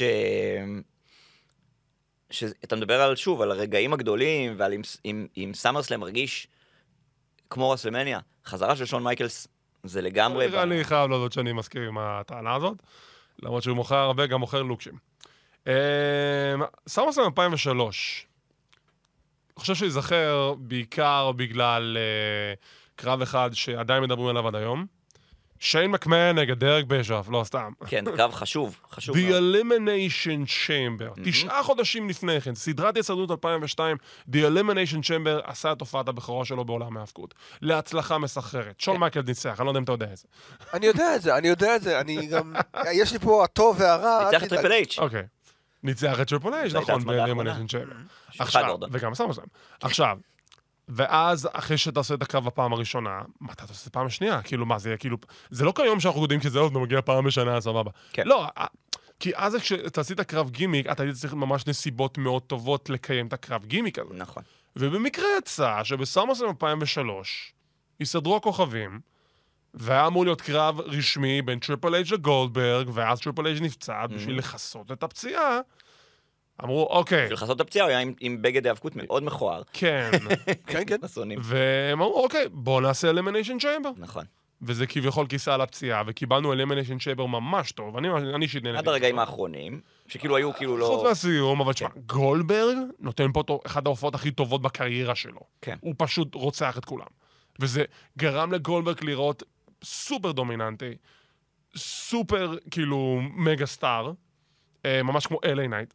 שאתה מדבר על, שוב, על הרגעים הגדולים, ועל אם סאמרסלאם מרגיש כמו רסלמניה, חזרה של שון מייקלס זה לגמרי... אני חייב להודות שאני מסכים עם הטענה הזאת, למרות שהוא מוכר הרבה, גם מוכר לוקשים. סאמרסלאם אלפיים ושלוש, חושב שהוא ייזכר בעיקר בגלל uh, קרב אחד שעדיין מדברים עליו עד היום. שיין מקמן נגד דרק בישוף, לא סתם. כן, קרב חשוב, חשוב. The Elimination Chamber. תשעה חודשים לפני כן, סדרת הישרדות אלפיים ושתיים, The Elimination Chamber עשה את הופעת הבכורה שלו בעולם ההאבקות. להצלחה מסחררת. שון מייקל ניצח, אני לא יודע אם אתה יודע את זה. אני יודע את זה, אני יודע את זה. אני גם... יש לי פה הטוב והרע. ניצח את טריפל אייץ'. אוקיי. ניצח את טריפל אייץ', נכון, ב-Elimination Chamber. עכשיו, וגם סמוסלם. עכשיו, ואז, אחרי שאתה עושה את הקרב בפעם הראשונה, מה אתה עושה את הפעם השנייה? כאילו, מה, זה יהיה כאילו... זה לא כיום שאנחנו יודעים כי זה עוד מגיע פעם בשנה, סבבה. כן. לא, כי אז כשאתה עשית קרב גימיק, אתה היית צריך ממש נסיבות מאוד טובות לקיים את הקרב גימיק הזה. נכון. ובמקרה יצא שבסמוסלם אלפיים ושלוש, יסדרו הכוכבים, והיה אמור להיות קרב רשמי בין טריפל אייץ' לגולדברג, ואז טריפל אייץ' נפצע בשביל לכסות את הפציעה. אמרו, אוקיי. בשביל לחסות את הפציעה, הוא היה עם, עם בגד האבקות מאוד מכוער. כן. כן, כן. והם אמרו, אוקיי, בואו נעשה Elimination Chamber. נכון. וזה כביכול כיסה על הפציעה, וקיבלנו Elimination Chamber ממש טוב. אני, אני אישית נהנה. עד הרגעים האחרונים, שכאילו היו כאילו לא... חוץ מהסיום, אבל תשמע, גולדברג נותן פה אחת ההופעות הכי טובות בקריירה שלו. כן. הוא פשוט רוצח את כולם. וזה גרם לגולדברג לראות סופר דומיננטי, סופר כאילו מגה סטאר, ממש כמו אל איי נייט.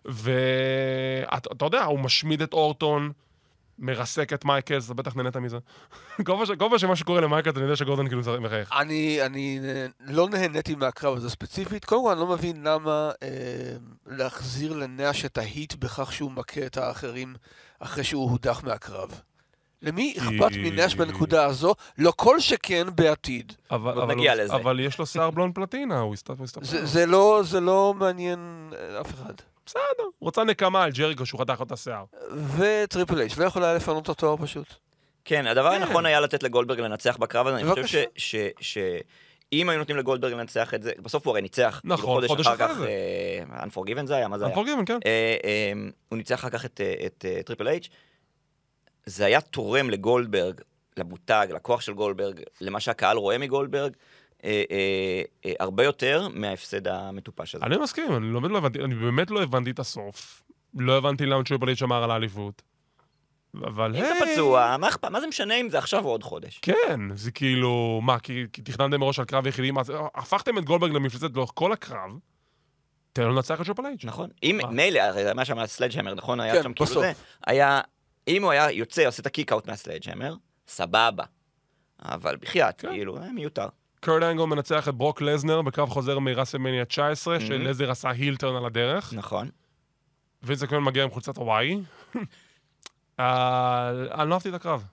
ואתה יודע, הוא משמיד את אורטון, מרסק את מייקלס, אתה בטח נהנית מזה. כל פעם שמה שקורה למייקלס, אני יודע שגורדון כאילו מחייך. אני לא נהניתי מהקרב הזה ספציפית. קודם כל, אני לא מבין למה להחזיר לנאש את ההיט בכך שהוא מכה את האחרים אחרי שהוא הודח מהקרב. למי אכפת מנאש בנקודה הזו? לא כל שכן בעתיד. אבל יש לו שיער בלון פלטינה, הוא יסתפר. זה לא מעניין אף אחד. בסדר, הוא רוצה נקמה על ג'ריקו שהוא חתך את השיער. וטריפל אייץ' לא יכול היה לפנות אותו פשוט. כן, הדבר הנכון היה לתת לגולדברג לנצח בקרב הזה. אני חושב שאם היו נותנים לגולדברג לנצח את זה, בסוף הוא הרי ניצח. נכון, חודש אחר כך, Unforgiven זה היה, מה זה היה? Unforgiven, כן. הוא ניצח אחר כך את טריפל אייץ'. זה היה תורם לגולדברג, לבוטג, לכוח של גולדברג, למה שהקהל רואה מגולדברג, הרבה יותר מההפסד המטופש הזה. אני מסכים, אני באמת לא הבנתי את הסוף. לא הבנתי למה טריפל אייץ' אמר על האליפות. אבל היי... אם אתה פצוע, מה זה משנה אם זה עכשיו או עוד חודש? כן, זה כאילו, מה, כי תכננתם מראש על קרב יחידים, הפכתם את גולדברג למפלצת לאורך כל הקרב, תן לו לנצח את טריפל אייץ'. נכון. אם מילא, הרי מה שם סלאג'המר, נכון? היה שם כאילו זה, היה, אם הוא היה יוצא, עושה את הקיק-אוט מהסלאג'המר, סבבה. אבל בחייאת, כאילו, מיותר. קורט אנגל מנצח את ברוק לזנר בקרב חוזר מרסלמניה תשע עשרה, שלזר עשה הילטרן על הדרך. נכון. וזה כאילו מגיע עם חולצת הוואי. אני לא אהבתי את הקרב.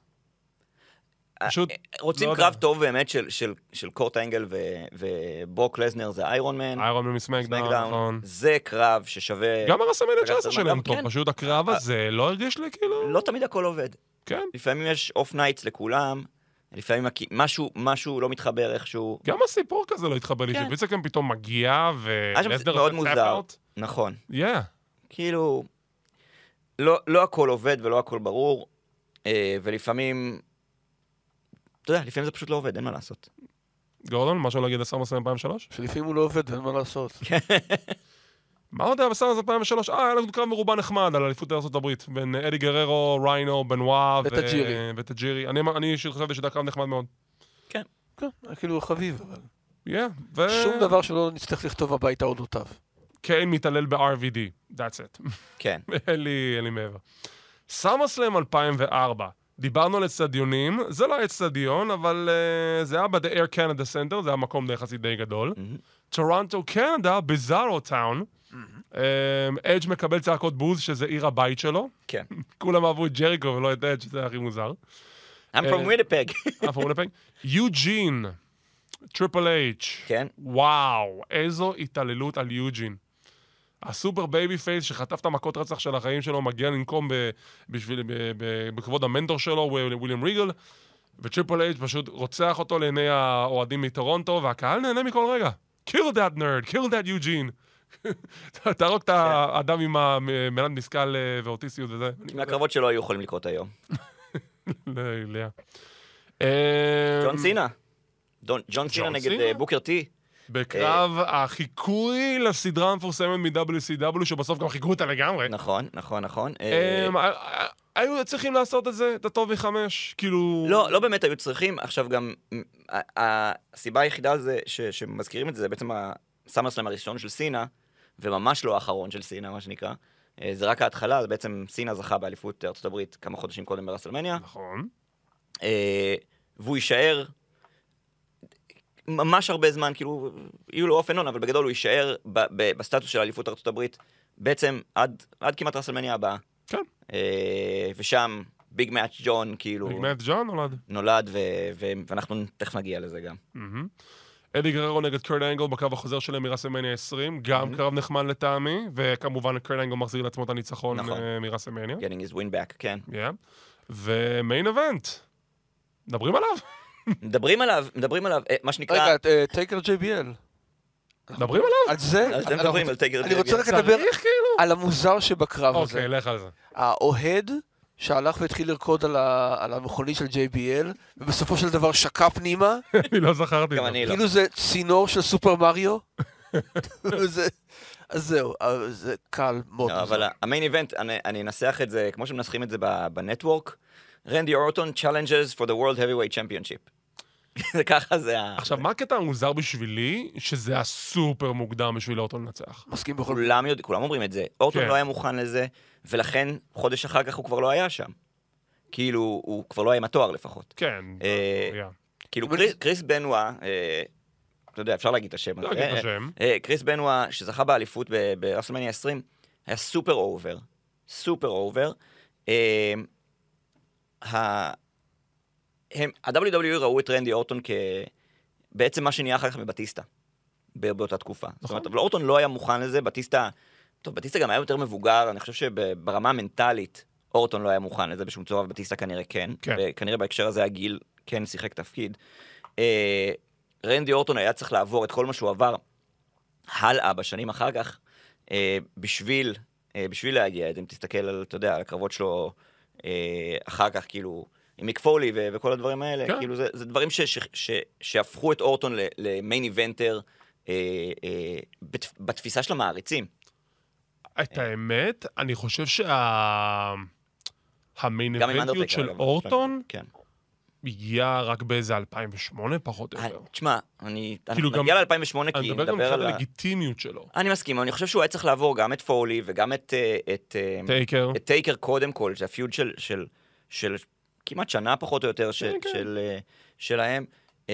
רוצים קרב טוב באמת של קורט אנגל וברוק לזנר, זה איירון מן. איירון מן מסמקדאון, נכון. זה קרב ששווה... גם הרסלמניה תשע עשרה שלהם טוב, פשוט הקרב הזה לא הרגיש לי כאילו... לא תמיד הכל עובד. כן. לפעמים יש אוף נייטס לכולם. לפעמים משהו, משהו לא מתחבר איכשהו. גם הסיפור כזה לא התחבר לי, שוויצקם פתאום מגיע, ולסדר מאוד מוזר. נכון. Yeah. כאילו, לא, לא הכל עובד ולא הכל ברור, ולפעמים, אתה יודע, לפעמים זה פשוט לא עובד, אין מה לעשות. גורדון, משהו להגיד לסמוסלם אלפיים ושלוש? שלפעמים הוא לא עובד, אין מה לעשות. מה עוד היה בסמוסלם אלפיים ושלוש? אה, היה לנו קרב מרובה נחמד על אליפות ארצות הברית, בין אדי גררו, ריינו, בנווה וטג'ירי. אני אישית חשבתי שזה קרב נחמד מאוד. כן. כן, כאילו חביב, אבל... Yeah, שום דבר שלא נצטרך לכתוב הביתה אודותיו. קיין מתעלל ב-אר וי די, that's it. כן. אין לי, אין לי מעבר. סמוסלם אלפיים וארבע, דיברנו על אצטדיונים, זה לא היה אצטדיון, אבל uh, זה היה ב-The Air Canada Center, זה היה מקום די יחסית די גדול. טורונטו, קנדה, ביזארו טאון. אדג' מקבל צעקות בוז, שזה עיר הבית שלו. כן. כולם אהבו את ג'ריקו ולא את אדג', זה הכי מוזר. I'm from Winnipeg. I'm from Winnipeg. יוג'ין. טריפל אייץ'. כן. וואו, איזו התעללות על יוג'ין. הסופר בייבי פייס שחטף את המכות רצח של החיים שלו, מגיע לנקום בשביל, בכבוד המנטור שלו, וויליאם ריגל, וטריפל אייץ' פשוט רוצח אותו לעיני האוהדים מטורונטו, והקהל נהנה מכל רגע. kill that nerd, kill that יוג'ין. תהרוג את האדם עם המלנד משכל ואוטיסיות וזה. מהקרבות שלו היו יכולים לקרות היום. לאה. ג'ון סינה. ג'ון סינה נגד בוקר טי. בקרב החיקוי לסדרה המפורסמת מ-דאבליו סי דאבליו, שבסוף גם חיקו אותה לגמרי. נכון, נכון, נכון. היו צריכים לעשות את זה, את הטוב מחמש, כאילו... לא, לא באמת היו צריכים. עכשיו גם, הסיבה היחידה זה שמזכירים את זה, זה בעצם הסאמרסלאם הראשון של סינה, וממש לא האחרון של סינה, מה שנקרא. זה רק ההתחלה, זה בעצם סינה זכה באליפות ארצות הברית כמה חודשים קודם ברסלמניה. נכון. והוא יישאר ממש הרבה זמן, כאילו, יהיו לו אופן און, אבל בגדול הוא יישאר בסטטוס של האליפות ארצות הברית, בעצם עד, עד כמעט רסלמניה הבאה. כן. ושם ביג מאץ' ג'ון, כאילו... ביג מאץ' ג'ון נולד. נולד, ו- ו- ואנחנו תכף נגיע לזה גם. אדי גררו נגד קרט אנגל בקו החוזר שלהם מרסלמניה עשרים, גם קרב נחמד לטעמי, וכמובן קרט אנגל מחזיר לעצמו את הניצחון מרסלמניה. Getting his win back, כן. ומיין אבנט. מדברים עליו? מדברים עליו, מדברים עליו, מה שנקרא... רגע, טייקר ג'יי בי אל. מדברים עליו? על זה? על זה מדברים, על טייקר ג'יי בי אל. אני רוצה רק לדבר על המוזר שבקרב הזה. אוקיי, לך על זה. האוהד שהלך והתחיל לרקוד על המכונית של ג'יי בי אל, ובסופו של דבר שקע פנימה. אני לא זכרתי. גם אני לא. כאילו זה צינור של סופר מריו. אז זהו, זה קל מאוד. אבל המיין איבנט, אני אנסח את זה, כמו שמנסחים את זה בנטוורק, רנדי אורטון challenges for the World Heavyweight Championship. זה ככה זה ה... עכשיו, מה הקטע המוזר בשבילי? שזה הסופר מוקדם בשביל אורטון לנצח. מסכים בכל... כולם יודעים, כולם אומרים את זה. אורטון לא היה מוכן לזה, ולכן חודש אחר כך הוא כבר לא היה שם. כאילו, הוא כבר לא היה עם התואר לפחות. כן. כאילו, קריס בנואה, אתה יודע, אפשר להגיד את השם. להגיד את השם. קריס בנואה, שזכה באליפות ברסלמניה עשרים, היה סופר אובר. סופר אובר. ה-דאבליו דאבליו אי ראו את רנדי אורטון כבעצם מה שנהיה אחר כך מבטיסטה, באותה תקופה. זאת אומרת, אבל אורטון לא היה מוכן לזה, בטיסטה, טוב, בטיסטה גם היה יותר מבוגר, אני חושב שברמה המנטלית, אורטון לא היה מוכן לזה בשום צורה, ובטיסטה כנראה כן, וכנראה בהקשר הזה הגיל כן שיחק תפקיד. רנדי אורטון היה צריך לעבור את כל מה שהוא עבר הלאה בשנים אחר כך, בשביל, בשביל להגיע, אם תסתכל על, אתה יודע, על הקרבות שלו, אחר כך, כאילו, עם מיק פולי ו- וכל הדברים האלה, כן. כאילו, זה, זה דברים ש- ש- ש- שהפכו את אורטון למיין איבנטר אה, אה, בת- בתפיסה של המעריצים. את האמת, אני חושב שהמיין איבנטיות של אורטון כן. הגיע רק באיזה אלפיים ושמונה, פחות או יותר. תשמע, אני נגיע ל-אלפיים ושמונה, כי נדבר גם על הלגיטימיות שלו. אני מסכים, אני חושב שהוא היה צריך לעבור גם את פולי וגם את טייקר. את טייקר קודם כל, זה הפיוד של כמעט שנה פחות או יותר שלהם,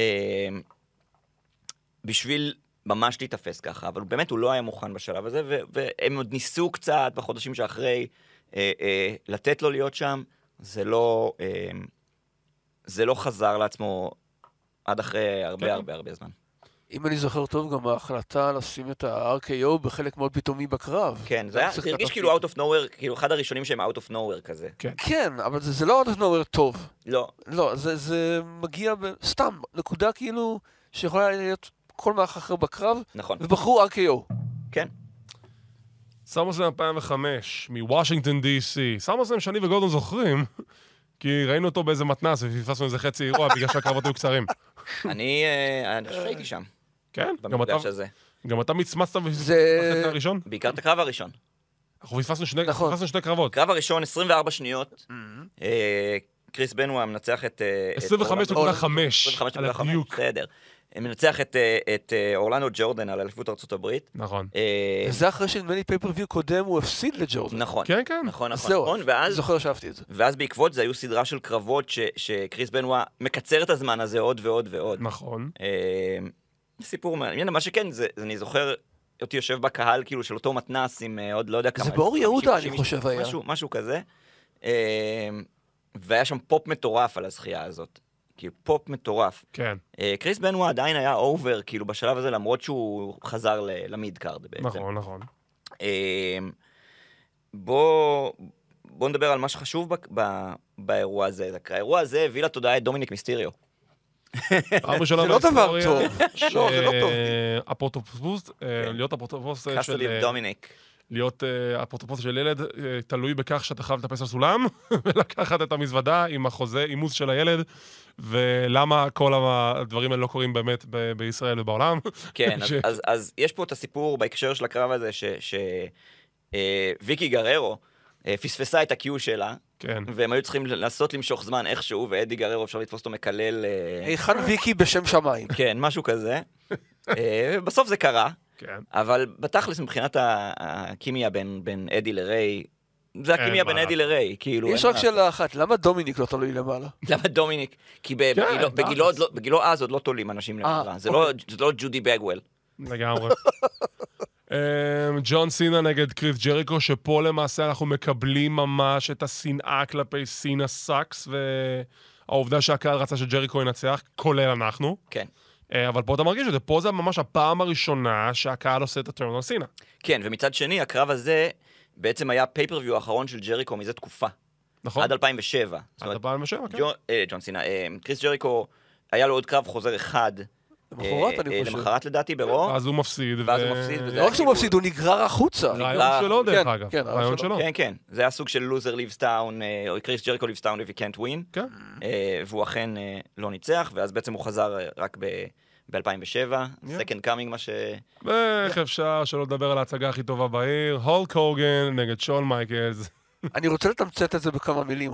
בשביל ממש להתאפס ככה, אבל באמת הוא לא היה מוכן בשלב הזה, והם עוד ניסו קצת בחודשים שאחרי לתת לו להיות שם, זה לא... זה לא חזר לעצמו עד אחרי הרבה הרבה הרבה זמן. אם אני זוכר טוב, גם ההחלטה לשים את ה-אר קיי או בחלק מאוד פתאומי בקרב. כן, זה הרגיש כאילו out of nowhere, כאילו אחד הראשונים שהם out of nowhere כזה. כן, אבל זה לא out of nowhere טוב. לא. לא, זה מגיע סתם, נקודה כאילו שיכולה להיות כל מערך אחר בקרב, נכון. ובחרו אר קיי או. כן. סאמרסלאם אלפיים וחמש, מוושינגטון די סי. סאמרסלאם שאני וגורדון זוכרים, כי ראינו אותו באיזה מתנס ופספסנו איזה חצי אירוע בגלל שהקרבות היו קצרים. אני חושב שהייתי שם. כן? במפגש הזה. גם אתה מצמצת בחצי הראשון? בעיקר את הקרב הראשון. אנחנו פספסנו שני קרבות. קרב הראשון, עשרים וארבע שניות. קריס בנואה מנצח את... עשרים וחמש נקודה חמש. על הדיוק. בסדר. מנצח את אורלנדו ג'ורדן על אליפות ארצות הברית. נכון. זה אחרי שנדמה לי פייפריוויו קודם הוא הפסיד לג'ורדן. נכון. כן, כן. נכון, נכון. זהו, זוכר שאהבתי את זה. ואז בעקבות זה היו סדרה של קרבות שקריס בנואה מקצר את הזמן הזה עוד ועוד ועוד. נכון. סיפור מעניין, מה שכן, אני זוכר אותי יושב בקהל כאילו של אותו מתנס עם עוד לא יודע כמה... זה באור יהודה אני חושב היה. משהו כזה. והיה שם פופ מטורף על הזכייה הזאת. כאילו פופ מטורף. כן. קריס בנואה עדיין היה אובר, כאילו בשלב הזה, למרות שהוא חזר למיד קארד בעצם. נכון, נכון. בוא, בוא נדבר על מה שחשוב באירוע הזה. האירוע הזה הביא לתודעה את דומיניק מיסטריו. זה לא דבר טוב. לא, זה לא טוב. אפוטרופוס, להיות אפוטרופוס של... דומיניק. להיות אפוטרופוס של ילד תלוי בכך שאתה חייב לטפס על סולם ולקחת את המזוודה עם החוזה אימוס של הילד, ולמה כל הדברים האלה לא קורים באמת בישראל ובעולם. כן, אז יש פה את הסיפור בהקשר של הקרב הזה, שוויקי גררו פספסה את הקיו שלה, כן. והם היו צריכים לנסות למשוך זמן איכשהו, ואדי גררו אפשר לתפוס אותו מקלל... היכן ויקי בשם שמיים. כן, משהו כזה. בסוף זה קרה, כן. אבל בתכלס מבחינת הכימיה בין אדי לריי, זה הכימיה בין אדי לריי, כאילו... יש רק שאלה אחת, למה דומיניק לא תלוי למעלה? למה דומיניק? כי בגילו אז עוד לא תולים אנשים למעלה, זה לא ג'ודי בגוול. לגמרי. ג'ון סינה נגד קריס ג'ריקו, שפה למעשה אנחנו מקבלים ממש את השנאה כלפי סינה סאקס, והעובדה שהקהל רצה שג'ריקו ינצח, כולל אנחנו. כן. אבל פה אתה מרגיש שזה, פה זה ממש הפעם הראשונה שהקהל עושה את הטרן על סינה. כן, ומצד שני, הקרב הזה בעצם היה פייפריוויו האחרון של ג'ריקו מזה תקופה. נכון. עד אלפיים ושבע. עד אלפיים ושבע, כן. ג'ון סינה, קריס ג'ריקו, היה לו עוד קרב חוזר אחד, למחרת אני חושב. למחרת לדעתי ברו. אז הוא מפסיד. ואז הוא מפסיד. לא רק שהוא מפסיד, הוא נגרר החוצה. רעיון שלו דרך אגב. רעיון שלו. כן, כן. זה היה סוג של לוזר ליבס טאון, או קריס ג'ריקו ליבס טאון if you can't win. כן. והוא אכן לא ניצח, ואז בעצם הוא חזר רק ב-אלפיים ושבע. second coming מה ש... איך אפשר שלא לדבר על ההצגה הכי טובה בעיר. הולק הוגן נגד שון מייקלס. אני רוצה לתמצת את זה בכמה מילים.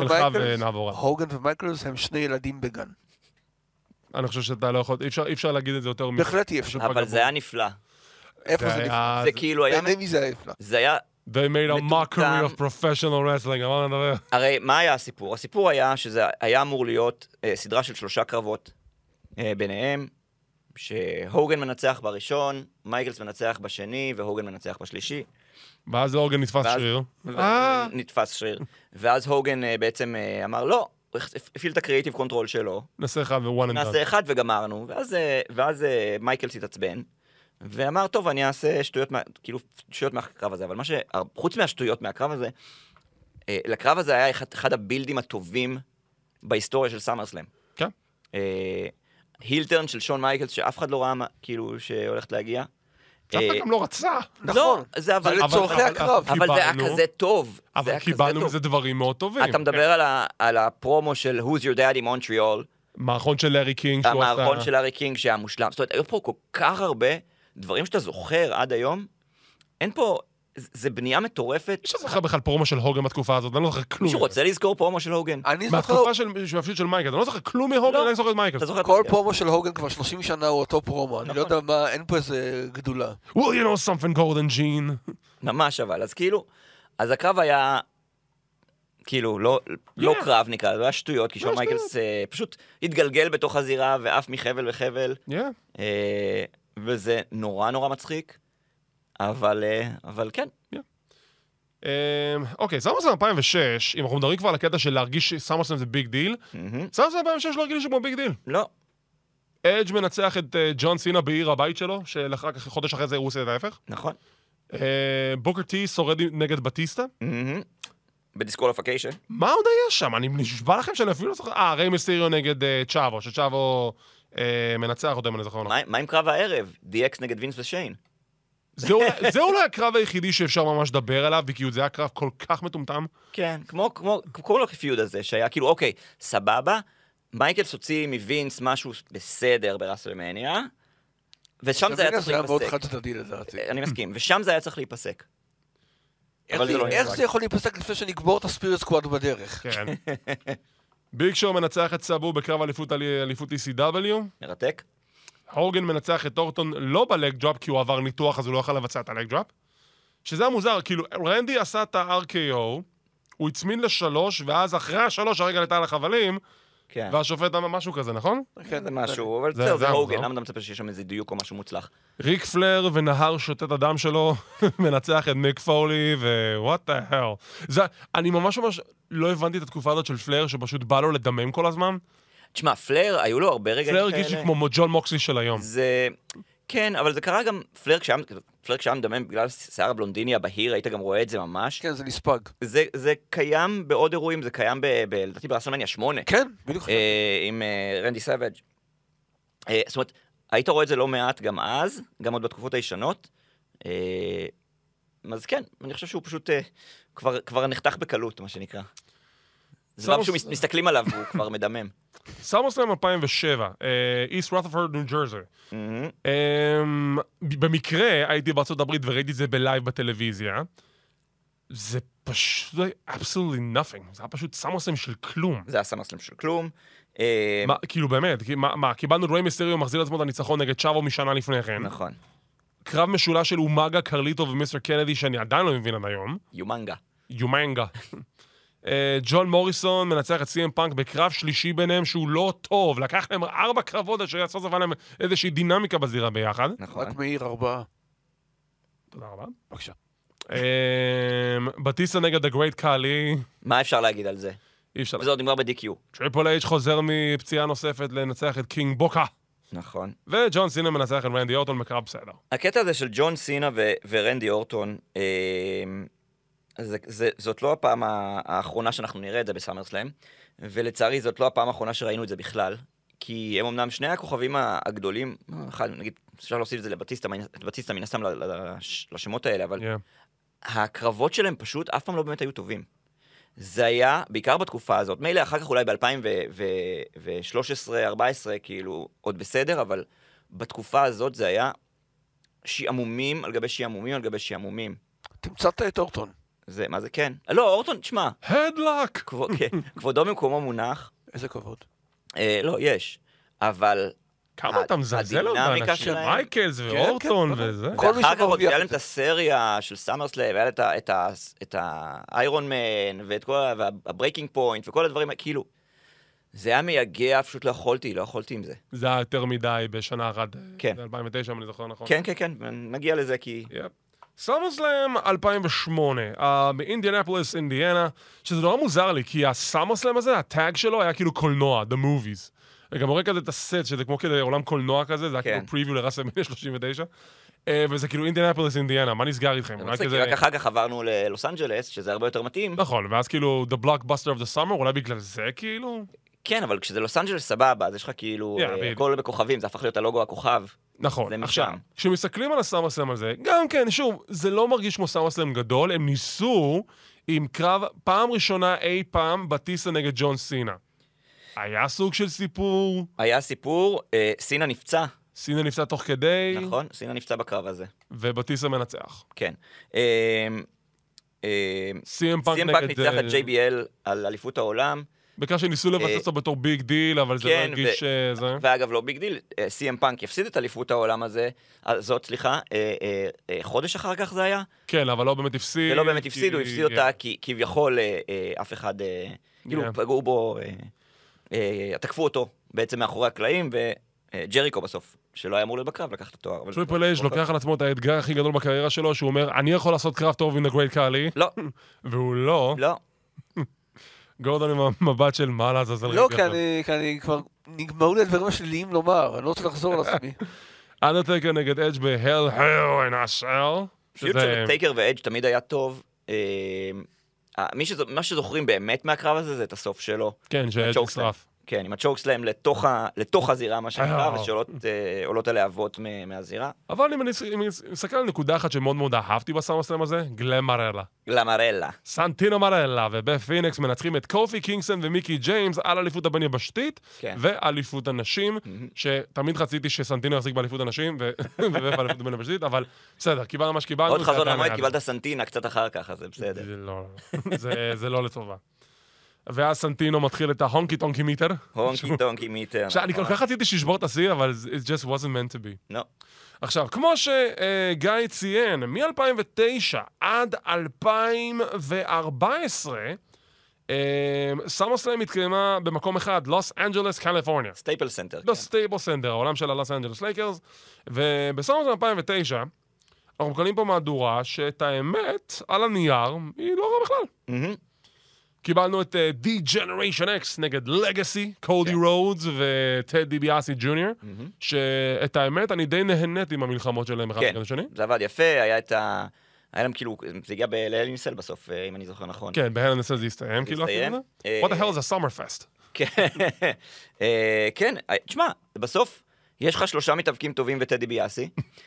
הוגן ומייקלס הם שני ילדים בגן. אני חושב שאתה לא יכול, אי אפשר להגיד את זה יותר... בהחלט אי אפשר. אבל זה היה נפלא. איפה זה נפלא? זה כאילו היה... תהנה מזה היה נפלא. זה היה... They made a mockery of professional wrestling, אמרנו נדבר. הרי מה היה הסיפור? הסיפור היה שזה היה אמור להיות סדרה של שלושה קרבות ביניהם, שהוגן מנצח בראשון, מייקלס מנצח בשני, והוגן מנצח בשלישי. ואז הוגן נתפס שריר. נתפס שריר. ואז הוגן בעצם אמר, לא, הפעיל את הקריאיטיב קונטרול שלו. נעשה אחד ו-one and done. נעשה אחד וגמרנו, ואז, ואז מייקלס התעצבן, ואמר, טוב, אני אעשה שטויות, כאילו, שטויות מהקרב הזה, אבל מה ש... חוץ מהשטויות מהקרב הזה, לקרב הזה היה אחד, אחד הבילדים הטובים בהיסטוריה של סאמרסלאם. כן. הילטרן של שון מייקלס, שאף אחד לא ראה, כאילו, שהולכת להגיע. שאף אחד גם לא רצה. נכון, זה אבל... לצורכי הקרב. אבל זה היה כזה טוב. אבל קיבלנו מזה דברים מאוד טובים. אתה מדבר על הפרומו של Who's Your Daddy Montreal. מערכון של לארי קינג. המערכון של לארי קינג שהיה מושלם. זאת אומרת, היו פה כל כך הרבה דברים שאתה זוכר עד היום. אין פה... זה בנייה מטורפת. יש לזכר בכלל פרומו של הוגן בתקופה הזאת, אני לא זוכר כלום. מישהו רוצה לזכור פרומו של הוגן? מהתקופה של הפסיד של מייקל, אני לא זוכר כלום מהוגן, אני זוכר את מייקל. כל פרומו של הוגן כבר שלושים שנה הוא אותו פרומו, אני לא יודע מה, אין פה איזה גדולה. Will you know something golden Gene? ממש אבל, אז כאילו, אז הקרב היה, כאילו, לא קרב נקרא, זה היה שטויות, כי שון מייקלס פשוט התגלגל בתוך הזירה ועף מחבל וחבל, וזה נורא נורא מצחיק. אבל, אבל כן. אוקיי, סמרסלאם אלפיים ושש, אם אנחנו מדברים כבר על הקטע של להרגיש שסמרסלאם זה ביג דיל, סמרסלאם אלפיים ושש לא הרגיש כמו ביג דיל. לא. אדג' מנצח את ג'ון סינה בעיר הבית שלו, שחודש אחרי זה הוא עושה את ההפך. נכון. בוקר טי שורד נגד בטיסטה. בדיסקוליפיקיישן. מה עוד היה שם? אני נשבע לכם שאני אפילו לא זוכר. אה, ריי מיסטריו נגד צ'אבו, שצ'אבו מנצח אותו, אם אני זוכר. מה עם קרב הערב? די אקס נגד וינס ושיין. זה אולי הקרב היחידי שאפשר ממש לדבר עליו, וכי זה היה קרב כל כך מטומטם. כן, כמו, כמו, כמו לא כפיוד הזה, שהיה כאילו, אוקיי, סבבה, מייקלס הוציא מווינס משהו בסדר ברסלמניה, ושם זה היה צריך להיפסק. אני מסכים, ושם זה היה צריך להיפסק. איך זה יכול להיפסק לפני שנגבור את הספיריט סקוואד בדרך? כן. ביג שואו מנצח את סאבו בקרב אליפות אי סי דאבליו. מרתק. הוגן מנצח את אורטון לא בלג דראפ, כי הוא עבר ניתוח, אז הוא לא יכול לבצע את הלג דראפ. שזה המוזר, כאילו, רנדי עשה את ה-אר קיי או, הוא הצמין לשלוש, ואז אחרי השלוש הרגע נתן לחבלים, כן. והשופט אמר משהו כזה, נכון? כן, זה משהו, אבל זה, זה הוגן, למה אתה מצפה שיש שם איזה דיוק או משהו מוצלח? ריק פלר ונהר שוטט הדם שלו, מנצח את מיק פולי, ו-what the hell. זה, אני ממש ממש לא הבנתי את התקופה הזאת של פלר, שפשוט בא לו לדמם כל הזמן. תשמע, פלר, היו לו הרבה רגעים כאלה. פלר הרגיש לי כמו ג'ון מוקסלי של היום. זה... כן, אבל זה קרה גם... פלר כשהיה, פלר כשהיה מדמם בגלל שיער הבלונדיני הבהיר, היית גם רואה את זה ממש. כן, זה נספג. זה, זה קיים בעוד אירועים, זה קיים ב... ב לדעתי ברסלמניה שמונה. כן, בדיוק. אה, עם אה, רנדי סאביג'. אה, זאת אומרת, היית רואה את זה לא מעט גם אז, גם עוד בתקופות הישנות. אה, אז כן, אני חושב שהוא פשוט אה, כבר, כבר נחתך בקלות, מה שנקרא. זה דבר שמסתכלים עליו, הוא כבר מדמם. סאמרסלאם אלפיים ושבע, איסט רות'רפורד, ניו ג'רזי. במקרה הייתי בארצות הברית וראיתי את זה בלייב בטלוויזיה. זה פשוט absolutely nothing. זה היה פשוט סמרסלאם של כלום. זה היה סמרסלאם של כלום. מה, כאילו באמת, מה, קיבלנו את ריי מיסטריו מחזיר לעצמו את הניצחון נגד צ'אבו משנה לפני כן. נכון. קרב משולש של אומגה, קרליטו ומיסטר קנדי, שאני עדיין לא מבין עד היום. יומנגה. יומנגה. ג'ון מוריסון מנצח את סי אם פאנק בקרב שלישי ביניהם שהוא לא טוב. לקח להם ארבע קרבות אשר יעשו זמן להם איזושהי דינמיקה בזירה ביחד. נכון. רק מאיר ארבעה. תודה רבה. בבקשה. בטיסטה נגד הגרייט קאלי. מה אפשר להגיד על זה? אי אפשר. וזה עוד נגמר ב-די קיו. טריפל אייץ' חוזר מפציעה נוספת לנצח את קינג בוקה. נכון. וג'ון סינה מנצח את רנדי אורטון בקרב בסדר. הקטע הזה של ג'ון סינה ו- ורנדי אורטון, אה, זה, זה, זאת לא הפעם האחרונה שאנחנו נראה את זה בסאמרסלאם, ולצערי זאת לא הפעם האחרונה שראינו את זה בכלל, כי הם אמנם שני הכוכבים הגדולים, נגיד, אפשר להוסיף את זה לבטיסטה, את בטיסטה מן הסתם לשמות האלה, אבל yeah. הקרבות שלהם פשוט אף פעם לא באמת היו טובים. זה היה, בעיקר בתקופה הזאת, מילא אחר כך אולי ב-אלפיים ושלוש עשרה ארבע עשרה, כאילו, עוד בסדר, אבל בתקופה הזאת זה היה שיעמומים על גבי שיעמומים על גבי שיעמומים. תמצאת את אורטון. זה, מה זה כן? לא, אורטון, תשמע. הדלק! כבוד, כן, כבודו במקומו מונח. איזה כבוד? אה, לא, יש. אבל... כמה אתה מזלזל על באנשים? מייקלס ואורטון וזה. ואחר כך עוד היה להם את הסריה של סאמרסלאם, היה להם את האיירון מן, והברייקינג פוינט, וכל הדברים, כאילו, זה היה מייגע, פשוט לא יכולתי, לא יכולתי עם זה. זה היה יותר מדי בשנה אחת, ב-אלפיים ותשע, אם אני זוכר נכון. כן, כן, כן, נגיע לזה כי... סאמרסלאם אלפיים ושמונה, באינדיאנפוליס, אינדיאנה, שזה נורא מוזר לי, כי הסאמרסלאם הזה, הטאג שלו היה כאילו קולנוע, The Movies. גם רואה כזה את הסט, שזה כמו כזה עולם קולנוע כזה, זה היה כאילו פריוויו לרסלמניה שלושים ותשע, וזה כאילו אינדיאנפוליס, אינדיאנה, מה נסגר איתכם? רק אחר כך עברנו ללוס אנג'לס, שזה הרבה יותר מתאים. נכון, ואז כאילו, The Blockbuster of the Summer, אולי בגלל זה כאילו? כן, אבל כשזה לוס אנג'לס סבבה, אז יש לך כאילו, הכל בכוכבים, זה הפך להיות הלוגו הכוכב. נכון, עכשיו, כשמסתכלים על הסאמרסלאם הזה, גם כן, שוב, זה לא מרגיש כמו סאמרסלאם גדול, הם ניסו עם קרב פעם ראשונה אי פעם בטיסטה נגד ג'ון סינה. היה סוג של סיפור. היה סיפור, אה, סינה נפצע. סינה נפצע תוך כדי. נכון, סינה נפצע בקרב הזה. ובטיסטה מנצח. כן. אה, אה, סי אם פאנק נגד... ניצח את ג'יי בי אל על אליפות העולם. בעיקר שניסו לבסס אותו בתור ביג דיל, אבל זה לא הרגיש זה. ואגב, לא ביג דיל, סי אם פאנק יפסיד את אליפות העולם הזה, זאת, סליחה, חודש אחר כך זה היה? כן, אבל לא באמת הפסיד. ולא באמת הפסיד, הוא הפסיד אותה, כי כביכול אף אחד, כאילו, פגעו בו, תקפו אותו בעצם מאחורי הקלעים, וג'ריקו בסוף, שלא היה אמור להיות בקרב, לקח את התואר. טריפל אייץ' לוקח על עצמו את האתגר הכי גדול בקריירה שלו, שהוא אומר, אני יכול לעשות קרב טוב עם הגרייט קאלי. לא. והוא לא. לא. גורדון עם המבט של מה לעזאזל. לא, כי אני כבר נגמרו לי הדברים השליליים לומר, אני לא רוצה לחזור על עצמי. אנדרטייקר נגד אדג' בהל הל אין אסל. טייקר ואדג' תמיד היה טוב. מה שזוכרים באמת מהקרב הזה זה את הסוף שלו. כן, שאדג' נשרף. כן, עם הצ'וקסלאם לתוך הזירה, מה שנקרא, ושעולות הלהבות מהזירה. אבל אם אני מסתכל על נקודה אחת שמאוד מאוד אהבתי בסאמרסלאם הזה, גלמרלה. גלמרלה. סנטינו מרלה ובפיניקס מנצחים את קופי קינגסון ומיקי ג'יימס על אליפות הבין יבשתית ואליפות הנשים, שתמיד חציתי שסנטינו יחזיק באליפות הנשים ובף אליפות הבין יבשתית, אבל בסדר, קיבלנו מה שקיבלנו. עוד חזון המועד, קיבלת סנטינה קצת אחר כך, אז זה בסדר. זה לא לטובה. ואז סנטינו מתחיל את ההונקי טונקי מיטר. הונקי טונקי מיטר. שאני כל כך רציתי שישבור את השיא, אבל it just wasn't meant to be. לא. עכשיו, כמו שגיא ציין, מ-אלפיים ותשע עד אלפיים וארבע עשרה, סאמרסלאם התקיימה במקום אחד, לוס אנג'לס, קליפורניה. סטייפל סנטר. לא, סטייפל סנטר, העולם של הלוס אנג'לס לייקרס. ובסאמרסלאם אלפיים ותשע, אנחנו מקבלים פה מהדורה שאת האמת, על הנייר, היא לא רע בכלל. קיבלנו את D-Generation X נגד לגאסי, קודי רודס וטד דיביאסי ג'וניור, שאת האמת, אני די נהנית עם המלחמות שלהם אחד נגד השני. זה עבד יפה, היה את ה... היה להם כאילו, זה הגיע בהל אין סל בסוף, אם אני זוכר נכון. כן, בהל אין סל זה הסתיים, כאילו. What the hell is a summer fest? כן, תשמע, בסוף, יש לך שלושה מתאבקים טובים וטד דיביאסי.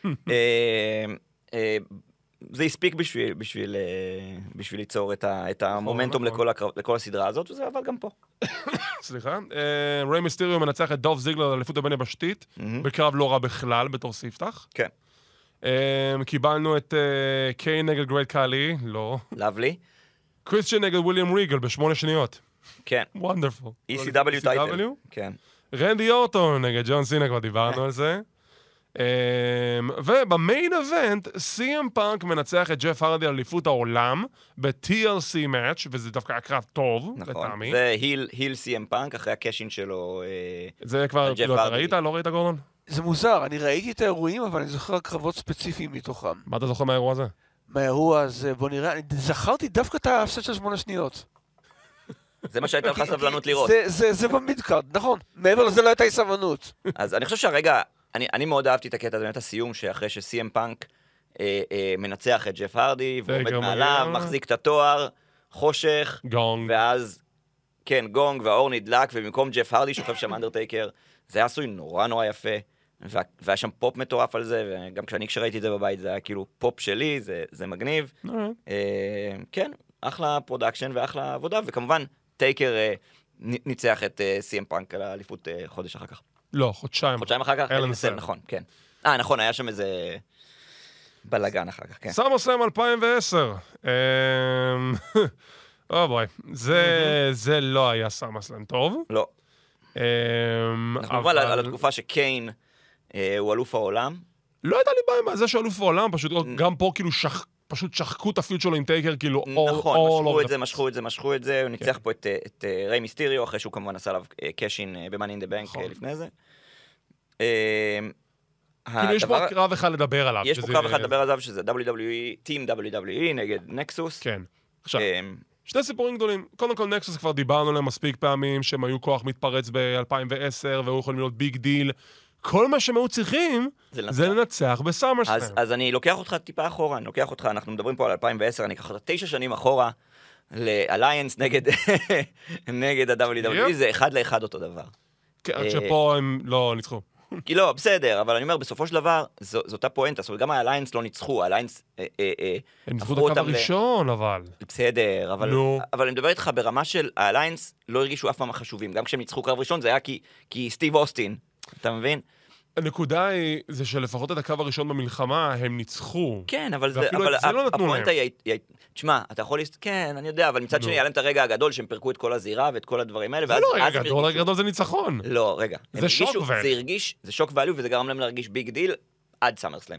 זה הספיק בשביל, בשביל, בשביל ליצור את, ה, את המומנטום לכל, הקר... לכל הסדרה הזאת, וזה עבר גם פה. סליחה. ריי מיסטריו מנצח את דולף זיגלר על אליפות הבין יבשתית, בקרב לא רע בכלל, בתור ספתח. כן. קיבלנו את קיין נגד גרייט קאלי, לא. לבלי. קריסטיאן נגד וויליאם ריגל בשמונה שניות. כן. וונדרפול. אי סי דאבליו טייטל. כן. רנדי אורטון נגד ג'ון סינה, כבר דיברנו על זה. ובמיין אבנט, סי אם פאנק מנצח את ג'ף הרדי על אליפות העולם ב-טי אל סי מאץ', וזה דווקא היה קרב טוב, לטעמי. זה היל סי אם פאנק, אחרי הקשין שלו. זה כבר, אתה ראית? לא ראית, גורדון? זה מוזר, אני ראיתי את האירועים, אבל אני זוכר קרבות ספציפיים מתוכם. מה אתה זוכר מהאירוע הזה? מהאירוע הזה, בוא נראה, אני זכרתי דווקא את ההפסד של שמונה שניות. זה מה שהייתה לך סבלנות לראות. זה במידקארד, נכון. מעבר לזה לא הייתה לי סבלנות. אז אני חושב שהרגע, אני מאוד אהבתי את הקטע, באמת הסיום, שאחרי שסי אם פאנק מנצח את ג'ף הרדי, ועומד מעליו, מחזיק את התואר, חושך, גונג. ואז, כן, גונג, והאור נדלק, ובמקום ג'ף הרדי שוכב שם אנדרטייקר, זה היה עשוי נורא נורא יפה. והיה שם פופ מטורף על זה, וגם כשאני כשראיתי את זה בבית, זה היה כאילו פופ שלי, זה, זה מגניב. כן, אחלה פרודקשן ואחלה עבודה, וכמובן, טייקר ניצח את סי אם פאנק על האליפות חודש אחר כך. לא, חודשיים. חודשיים אחר כך? נכון, כן. אה, נכון, היה שם איזה בלגן אחר כך, כן. סאמר סלאם אלפיים ועשר. או בואי, זה לא היה סאמר סלאם טוב. לא. אנחנו אבל על התקופה שקיין הוא אלוף העולם. לא הייתה לי בעיה מה זה שאלוף העולם, פשוט גם פה כאילו פשוט שחקו את הפיוט שלו עם טייקר, כאילו נכון, משכו את זה, משכו את זה, משכו את זה, הוא ניצח פה את ריי מיסטריו, אחרי שהוא כמובן עשה עליו קאשין במאני אין דה בנק לפני זה. כאילו יש פה קרב אחד לדבר עליו. יש פה קרב אחד לדבר עליו, שזה דאבליו דאבליו אי, טים דאבליו דאבליו אי נגד נקסוס. כן. עכשיו, שני סיפורים גדולים. קודם כל, נקסוס כבר דיברנו עליהם מספיק פעמים, שהם היו כוח מתפרץ ב-אלפיים ועשר, והיו יכולים להיות ביג דיל. כל מה שהם היו צריכים, זה לנצח בסאמרסלאם. אז אני לוקח אותך טיפה אחורה, אני לוקח אותך, אנחנו מדברים פה על אלפיים ועשר, אני אקח אותך תשע שנים אחורה, לאליינס נגד ה-דאבליו דאבליו אי, זה אחד לאחד אותו דבר. כן, שפה הם לא ניצחו. כי לא, בסדר, אבל אני אומר, בסופו של דבר, זו אותה פואנטה, זאת אומרת, גם האליינס לא ניצחו, האליינס... הם ניצחו את הקו הראשון, אבל... בסדר, אבל אני מדבר איתך ברמה של האליינס לא הרגישו אף פעם החשובים, גם כשהם ניצחו קרב ראשון, זה היה כי סטיב אוסטין, אתה מבין? הנקודה היא, זה שלפחות את הקו הראשון במלחמה, הם ניצחו. כן, אבל הפואנטה היא... תשמע, אתה יכול... כן, אני יודע, אבל מצד שני, היה להם את הרגע הגדול שהם פרקו את כל הזירה ואת כל הדברים האלה, זה לא רגע גדול, רגע גדול זה ניצחון. לא, רגע. זה שוק ואליו. זה הרגיש, זה שוק ואליו, וזה גרם להם להרגיש ביג דיל עד סאמרסלאם.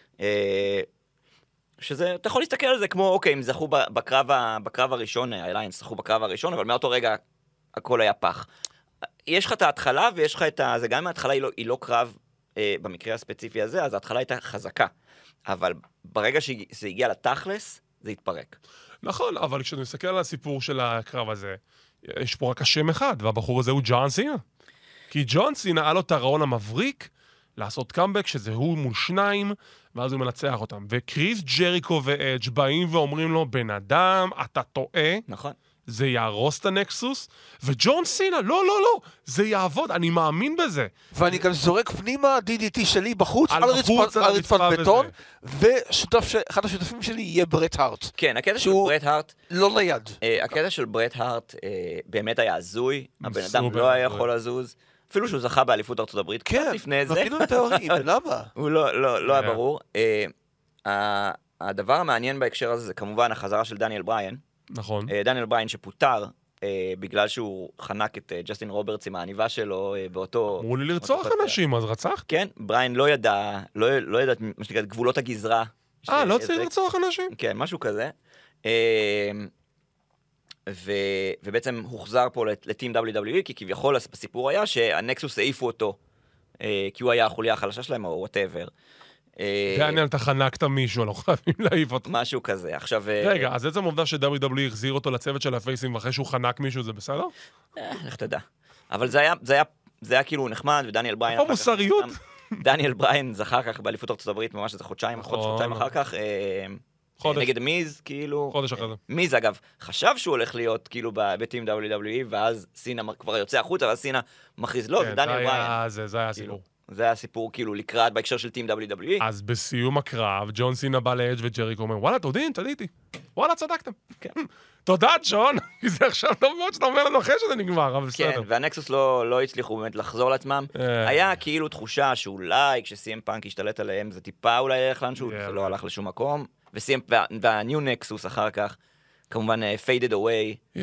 שזה, אתה יכול להסתכל על זה כמו, אוקיי, הם זכו בקרב הראשון, האליינס זכו בקרב הראשון, אבל מאותו רגע הכל היה פח. יש לך את ההתחלה ויש לך את ה... זה גם מההתחלה היא לא, היא לא קרב אה, במקרה הספציפי הזה, אז ההתחלה הייתה חזקה. אבל ברגע שזה הגיע לתכלס, זה התפרק. נכון, אבל כשאני מסתכל על הסיפור של הקרב הזה, יש פה רק השם אחד, והבחור הזה הוא ג'ון סינה. כי ג'ון סינה היה לו את הרעיון המבריק, לעשות קאמבק, שזה הוא מול שניים, ואז הוא מנצח אותם. וקריס ג'ריקו ואדג' באים ואומרים לו, בן אדם, אתה טועה. נכון. זה יהרוס את הנקסוס, וג'ון סינה, לא, לא, לא, זה יעבוד, אני מאמין בזה. ואני גם זורק פנימה די די טי שלי בחוץ, על רצפת בטון, ואחד השותפים שלי יהיה ברט הארט. כן, הקטע של ברט הארט... לא ליד. הקטע של ברט הארט באמת היה הזוי, הבן אדם לא היה יכול לזוז, אפילו שהוא זכה באליפות ארצות הברית, קצת לפני זה. ואפילו לתיאורים, למה? הוא לא היה ברור. הדבר המעניין בהקשר הזה זה כמובן החזרה של דניאל בריין, נכון. דניאל בריין שפוטר בגלל שהוא חנק את ג'סטין רוברטס עם העניבה שלו באותו... אמרו לי לרצוח אנשים, אז רצח? כן, בריין לא ידע, לא ידע מה שנקרא גבולות הגזרה. אה, לא צריך לרצוח אנשים? כן, משהו כזה. ובעצם הוחזר פה לטים דאבליו דאבליו אי, כי כביכול הסיפור היה שהנקסוס העיפו אותו, כי הוא היה החוליה החלשה שלהם, או whatever. דניאל, אתה חנקת מישהו, לא חייבים להעיף אותו. משהו כזה, עכשיו... רגע, אז עצם העובדה ש-דאבליו דאבליו אי החזיר אותו לצוות של הפייסים, ואחרי שהוא חנק מישהו, זה בסדר? איך תדע. אבל זה היה כאילו נחמד, ודניאל בריין... איפה מוסריות? דניאל בריין זכה כך באליפות ארצות הברית, ממש איזה חודשיים, חודשיים אחר כך, נגד מיז, כאילו... חודש אחרי זה. מיז, אגב, חשב שהוא הולך להיות כאילו בטים דאבליו דאבליו אי, ואז סינה כבר יוצא החוצה, ואז סינה מכריז לו, ודניאל בריין... זה היה הסיפור. זה היה סיפור כאילו לקראת בהקשר של טים דאבליו דאבליו אי. אז בסיום הקרב, ג'ון סינה בא לאדג' וג'ריקו אומר, וואלה, תודיעין, תדיתי. וואלה, צדקתם. כן. תודה, ג'ון, כי זה עכשיו טוב מאוד שאתה אומר לנו אחרי שזה נגמר, אבל בסדר. כן, והנקסוס לא, לא הצליחו באמת לחזור לעצמם. היה כאילו תחושה שאולי כשסי אם פאנק השתלט עליהם, זה טיפה אולי ילך לאנשהו, זה לא הלך לשום מקום. והניו נקסוס אחר כך, כמובן faded away.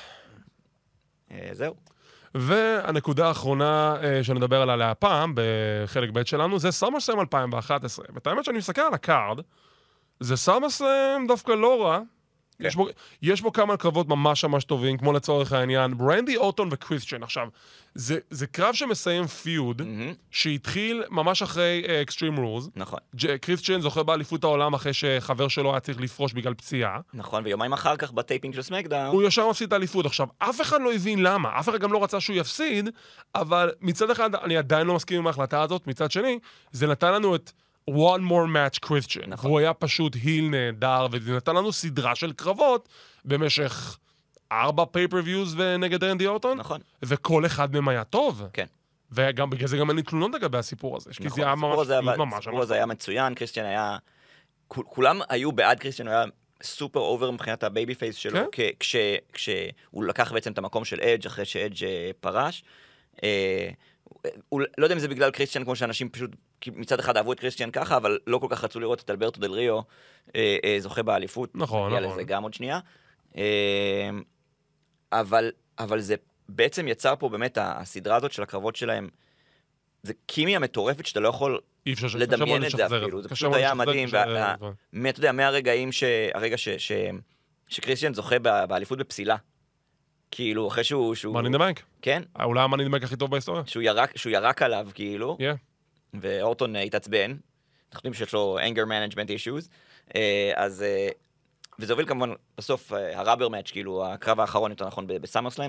זהו. והנקודה האחרונה שנדבר עליה הפעם, בחלק ב' שלנו, זה סאמרסלאם אלפיים ואחת עשרה. ואת האמת שאני מסתכל על הקארד, זה סאמרסלאם דווקא לא רע. Okay. יש, בו, יש בו כמה קרבות ממש ממש טובים, כמו לצורך העניין, ברנדי אורטון וקריסטיאן. עכשיו, זה, זה קרב שמסיים פיוד, mm-hmm. שהתחיל ממש אחרי אקסטרים uh, רולס. נכון. קריסטיאן זוכה באליפות העולם אחרי שחבר שלו היה צריך לפרוש בגלל פציעה. נכון, ויומיים אחר כך בטייפינג של סמקדאון. הוא ישר מפסיד את האליפות. עכשיו, אף אחד לא הבין למה, אף אחד גם לא רצה שהוא יפסיד, אבל מצד אחד, אני עדיין לא מסכים עם ההחלטה הזאת, מצד שני, זה נתן לנו את one more match Christian. נכון. הוא היה פשוט היל נהדר, וזה נתן לנו סדרה של קרבות במשך ארבע פייפריוויוז ונגד רנדי אורטון. נכון. וכל אחד מהם היה טוב. כן. וגם בגלל זה גם אין לי תלונות לגבי הסיפור הזה. נכון, כי זה היה ממש, ממש. הסיפור הזה היה מצוין, קריסטיאן היה... כולם היו בעד קריסטיאן, הוא היה סופר אובר מבחינת הבייבי פייס שלו, כן? כש, כשהוא לקח בעצם את המקום של אדג' אחרי שאדג' פרש. אה, הוא, לא יודע אם זה בגלל קריסטיאן, כמו שאנשים פשוט מצד אחד אהבו את קריסטיאן ככה, אבל לא כל כך רצו לראות את אלברטו דל ריו אה, אה, זוכה באליפות. נכון, נכון. לזה גם עוד שנייה. אה, אבל, אבל זה בעצם יצר פה באמת הסדרה הזאת של הקרבות שלהם, זה קימיה מטורפת שאתה לא יכול לדמיין את זה אפילו. זה פשוט היה מדהים. אתה יודע, מהרגעים, הרגע שקריסטיאן זוכה באליפות בפסילה, כאילו, אחרי שהוא... מאני דה בנק. כן. אולי המאני דה בנק הכי טוב בהיסטוריה. שהוא ירק עליו, כאילו. כן. ואורטון התעצבן. אנחנו יודעים שיש לו anger management issues. אז... וזה הוביל כמובן, בסוף, הראבר מאץ', כאילו, הקרב האחרון יותר נכון בסאמרסלאם.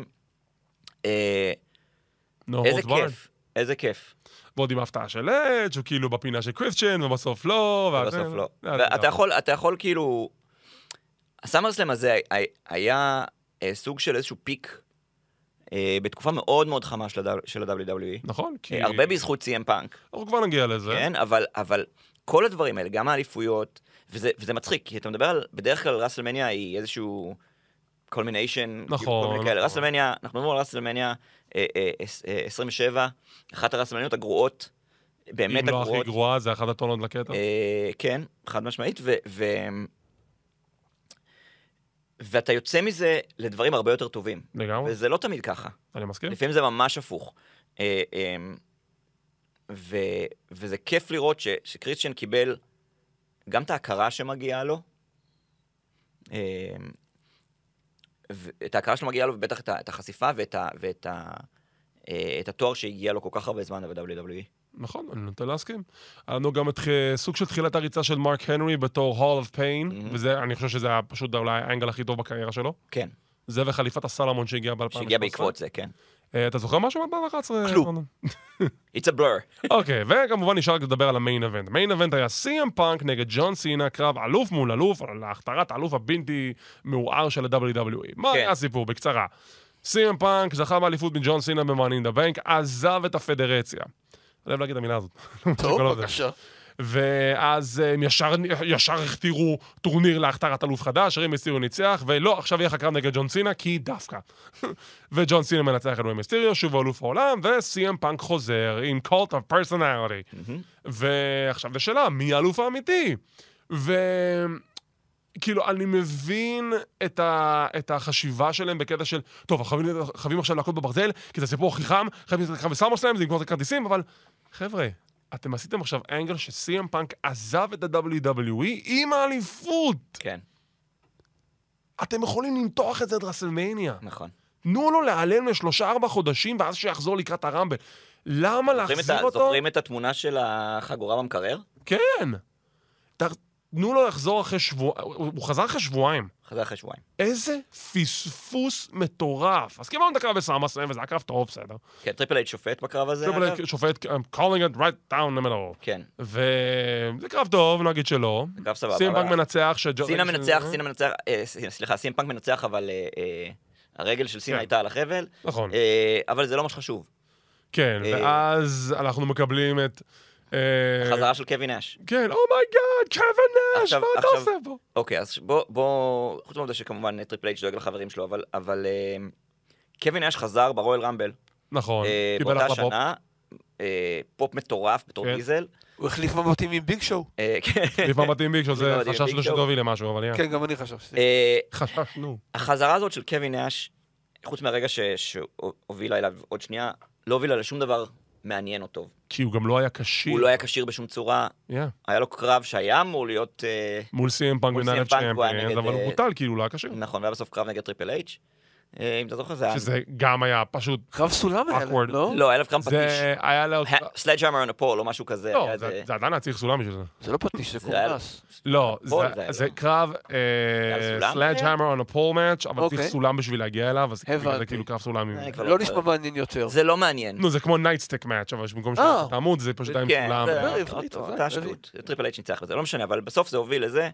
איזה כיף. איזה כיף. ועוד עם ההפתעה של אדג' שהוא כאילו בפינה של קריסטיאן, ובסוף לא. ובסוף לא. ואתה יכול, אתה יכול כאילו... הסאמרסלאם הזה היה סוג של איזשהו פיק בתקופה מאוד מאוד חמה של ה-דאבליו דאבליו אי. נכון. הרבה בזכות סי אם פאנק. אנחנו כבר נגיע לזה. כן, אבל כל הדברים האלה, גם האליפויות, וזה מצחיק, כי אתה מדבר על, בדרך כלל רסלמניה היא איזשהו קולמיניישן. נכון. רסלמניה, אנחנו מדברים על רסלמניה עשרים ושבע, אחת הרסלמניות הגרועות, באמת הגרועות. אם לא הכי גרועה, זה אחת הטונות לקטע. כן, חד משמעית, ו... ואתה יוצא מזה לדברים הרבה יותר טובים. לגמרי. וזה לא תמיד ככה. אני מסכים. לפעמים זה ממש הפוך. ו... וזה כיף לראות ש... שקריסטיאן קיבל גם את ההכרה שמגיעה לו, את ההכרה שלו מגיעה לו, ובטח את החשיפה ואת, ה... ואת ה... את התואר שהגיע לו כל כך הרבה זמן ב-דאבליו דאבליו אי. נכון, אני נוטה להסכים. היה לנו גם את סוג של תחילת הריצה של מרק הנרי בתור Hall of Pain, וזה, אני חושב שזה היה פשוט אולי האנגל הכי טוב בקריירה שלו. כן. זה וחליפת הסלמון שהגיע ב-אלפיים ושלוש עשרה. שהגיע בעקבות זה, כן. אתה זוכר משהו ב-אלפיים ואחת עשרה? כלום. It's a blur. אוקיי, וכמובן נשאר לדבר על המיין אבנט. מיין אבנט היה סי אם פאנק נגד ג'ון סינה, קרב אלוף מול אלוף, על ההכתרת האלוף הבלתי מעורער של ה-דאבליו דאבליו אי. מה היה הסיפור? בקצרה. סי אם פאנק זכה באליפות מג'ון סינה במאני אין דה בנק, עזב את הפדרציה. אני אוהב להגיד את המילה הזאת. טוב, בבקשה. ואז הם ישר, ישר הכתירו טורניר להכתרת אלוף חדש, ריי מיסטריו ניצח, ולא, עכשיו יהיה הקרב נגד ג'ון סינה, כי דווקא. וג'ון סינה מנצח את ריי מיסטריו, שוב אלוף העולם, ו-סי אם פאנק חוזר עם cult of personality. ועכשיו זה שאלה, מי האלוף האמיתי? ו... כאילו, אני מבין את, ה, את החשיבה שלהם בקטע של, טוב, חייבים, חייבים עכשיו להכות בברזל, כי זה סיפור הכי חם, חייבים להתחיל בסאמרסלאם, זה יגמור את הכרטיסים, אבל חבר'ה, אתם עשיתם עכשיו אנגל ש-סי אם פאנק עזב את ה-דאבליו דאבליו אי עם האליפות. כן. אתם יכולים למתוח את זה עד רסלמניה. נכון. תנו לו להיעלם לשלושה ארבע חודשים, ואז שיחזור לקראת הרמבל. למה להחזיר אותו? זוכרים את התמונה של החגורה במקרר? כן. תנו לו לחזור אחרי שבועיים, הוא חזר אחרי שבועיים. חזר אחרי שבועיים. איזה פספוס מטורף. אז קיבלנו את הקרב בסאמרסלאם, וזה היה קרב טוב, בסדר. כן, טריפל אייץ' שופט בקרב הזה. טריפל אייץ' שופט, I'm calling it right down the middle. כן. וזה קרב טוב, נגיד שלא. זה קרב סבבה. סי אם פאנק מנצח. סינה מנצח, סינה מנצח, סליחה, סי אם פאנק מנצח, אבל הרגל של סינה הייתה על החבל. נכון. אבל זה לא ממש חשוב. כן, ואז אנחנו מקבלים את החזרה של קווין נאש. כן, אומייגאד, קווין נאש, מה אתה עושה פה? אוקיי, אז בוא, חוץ מהעובדה שכמובן טריפל אייץ' דואג לחברים שלו, אבל קווין נאש חזר ברואל רמבל. נכון, קיבל אחלה פופ. באותה שנה, פופ מטורף בתור דיזל. הוא החליף מבטים עם ביג שואו. החליף מבטים עם ביג שואו, זה חשש לו שתוביל למשהו, אבל יהיה. כן, גם אני חשש. חששנו. החזרה הזאת של קווין נאש, חוץ מהרגע שהובילה אליו עוד שנייה, לא הובילה לשום דבר מעניין או טוב. כי הוא גם לא היה קשיר. הוא לא היה קשיר בשום צורה. היה לו קרב שהיה אמור להיות... מול סי אם פאנק ונאלף צ'מפיונס, אבל הוא בוטל, כי הוא לא היה קשיר. נכון, והיה בסוף קרב נגד טריפל אייץ'. אם אתה זוכר, זה היה... שזה גם היה פשוט... קרב סולם היה, לא? לא, היה לו קרב פטיש. זה היה לו... סלאג'המר on a pole, או משהו כזה. לא, זה עדיין היה צריך סולם בשביל זה. זה לא פטיש, זה קורנס. לא, זה קרב סלאג'המר on a pole match, אבל צריך סולם בשביל להגיע אליו, אז זה כאילו קרב סולם. לא נשמע מעניין יותר. זה לא מעניין. נו, זה כמו נייטסטק מאץ', אבל במקום שאתה תעמוד, זה פשוט היה עם סולם. טריפל אייץ' ניצח בזה, לא משנה, אבל בסוף זה הוביל לזה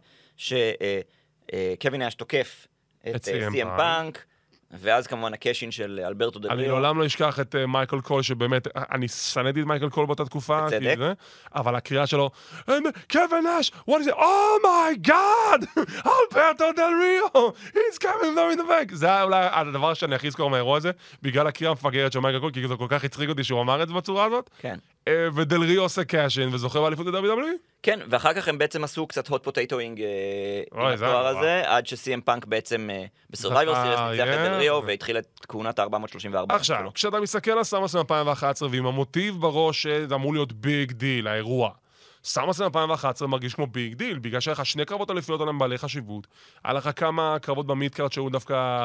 שקווין נאש תוקף את סי אם פאנק, ואז כמובן הקשין של אלברטו דל ריו. אני לעולם לא אשכח את מייקל קול, שבאמת, אני סנדתי את מייקל קול באותה תקופה, בצדק. אבל הקריאה שלו, קווין נאש, what is it? Oh my god! אלברטו דל ריו! He's coming from the back! זה היה אולי הדבר שאני הכי אזכור מהאירוע הזה, בגלל הקריאה המפגרת של מייקל קול, כי זה כל כך הצחיק אותי שהוא אמר את זה בצורה הזאת. כן. ודל ריו עושה קאשין, וזוכר באליפות ב-דאבליו דאבליו אי? כן, ואחר כך הם בעצם עשו קצת hot potatoing עם התואר הזה, עד ש-סי אם פאנק בעצם בסרווייבר סיריס ניצח את דל ריו, והתחיל את כהונת ה-ארבע מאות שלושים וארבע. עכשיו, כשאתה מסתכל על סאמרסלאם אלפיים ואחת עשרה, ועם המוטיב בראש שזה אמור להיות ביג דיל, האירוע, סאמרסלאם אלפיים ואחת עשרה מרגיש כמו ביג דיל, בגלל שהיה לך שני קרבות אליפויות עליהם בעלי חשיבות, היה לך כמה קרבות במידקארד שהיו דווקא...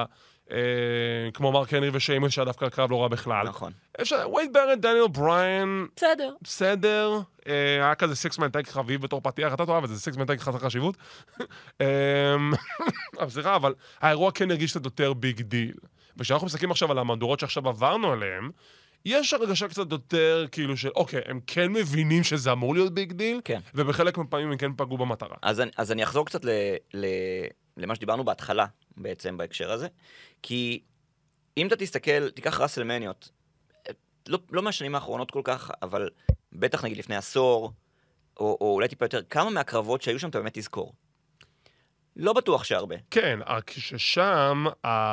כמו מרק הנרי ושיימוס, שהיה דווקא קרב לא רע בכלל. נכון. וייד ברנט, דניאל בריין... בסדר. בסדר. היה כזה סיקס-מן טייק חביב בתור פתיח, אתה תאהב את זה, סיקס-מן טייק חסר חשיבות. סליחה, אבל האירוע כן הרגיש קצת יותר ביג דיל. וכשאנחנו מסתכלים עכשיו על המהדורות שעכשיו עברנו עליהם, יש הרגשה קצת יותר כאילו של, אוקיי, הם כן מבינים שזה אמור להיות ביג דיל, כן. ובחלק מהפעמים הם כן פגעו במטרה. אז, אז אני אחזור קצת ל, ל, למה שדיברנו בהתחלה, בעצם בהקשר הזה, כי אם אתה תסתכל, תיקח רסלמניות, לא, לא מהשנים האחרונות כל כך, אבל בטח נגיד לפני עשור, או, או אולי טיפה יותר, כמה מהקרבות שהיו שם אתה באמת תזכור. לא בטוח שהרבה. כן, רק ששם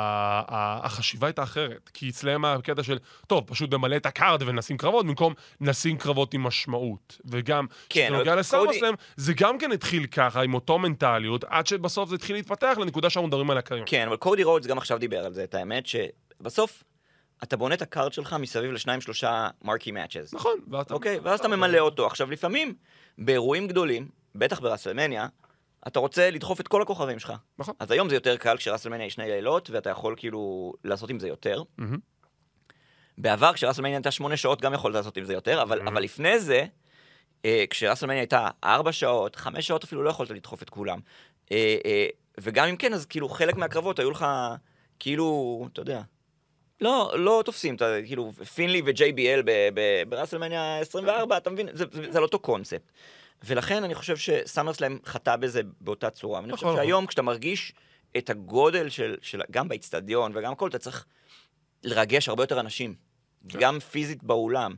החשיבה הייתה אחרת. כי אצלם הקטע של, טוב, פשוט נמלא את הקארד ונשים קרבות, במקום נשים קרבות עם משמעות. וגם, כשנוגע לסאמרסלאם, זה גם כן התחיל ככה, עם אותו מנטליות, עד שבסוף זה התחיל להתפתח לנקודה שאנחנו מדברים עליה כיום. כן, אבל קודי רודס גם עכשיו דיבר על זה, את האמת, שבסוף אתה בונה את הקארד שלך מסביב לשניים, שלושה מרקי מאצ'ז. נכון. אוקיי, ואז אתה ממלא אותו. עכשיו, לפעמים, באירועים גדולים, בטח ברסלמניה, אתה רוצה לדחוף את כל הכוכבים שלך. נכון. אז היום זה יותר קל כשרסלמניה יש שני לילות, ואתה יכול כאילו לעשות עם זה יותר. Mm-hmm. בעבר, כשרסלמניה הייתה שמונה שעות, גם יכולת לעשות עם זה יותר, אבל, mm-hmm. אבל לפני זה, אה, כשרסלמניה הייתה ארבע שעות, חמש שעות אפילו לא יכולת לדחוף את כולם. אה, אה, וגם אם כן, אז כאילו חלק מהקרבות היו לך, כאילו, אתה יודע, לא, לא תופסים, אתה, כאילו, פינלי ו-ג'יי בי אל ברסלמניה עשרים וארבע, אתה מבין? זה, זה, זה על אותו קונספט. ולכן אני חושב שסאמרסלאם חטא בזה באותה צורה. ואני חושב שהיום, כשאתה מרגיש את הגודל של, של גם באצטדיון וגם הכל, אתה צריך לרגש הרבה יותר אנשים, גם פיזית באולם.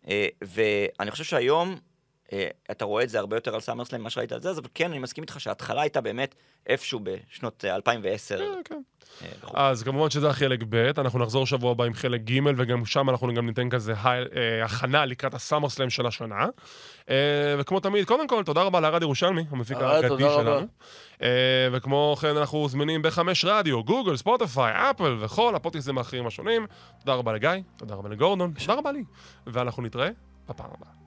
ואני חושב שהיום, אתה רואה את זה הרבה יותר על סאמרסלאם, מה שראית על זה, אבל כן, אני מסכים איתך שההתחלה הייתה באמת איפשהו בשנות אלפיים ועשר. כן, כן. אז כמובן שזה החלק ב', אנחנו נחזור שבוע הבא עם חלק ג' וגם שם אנחנו גם ניתן כזה הכנה לקראת הסאמרסלאם של השנה. וכמו תמיד, קודם כל, תודה רבה לארד ירושלמי, המפיק האגדי שלנו. וכמו כן אנחנו זמינים בחמש רדיו, גוגל, ספוטיפיי, אפל וכל הפודקאסטים האחרים השונים. תודה רבה לגיא, תודה רבה לגורדון, תודה רבה לי. ואנחנו נתראה בפעם הבאה.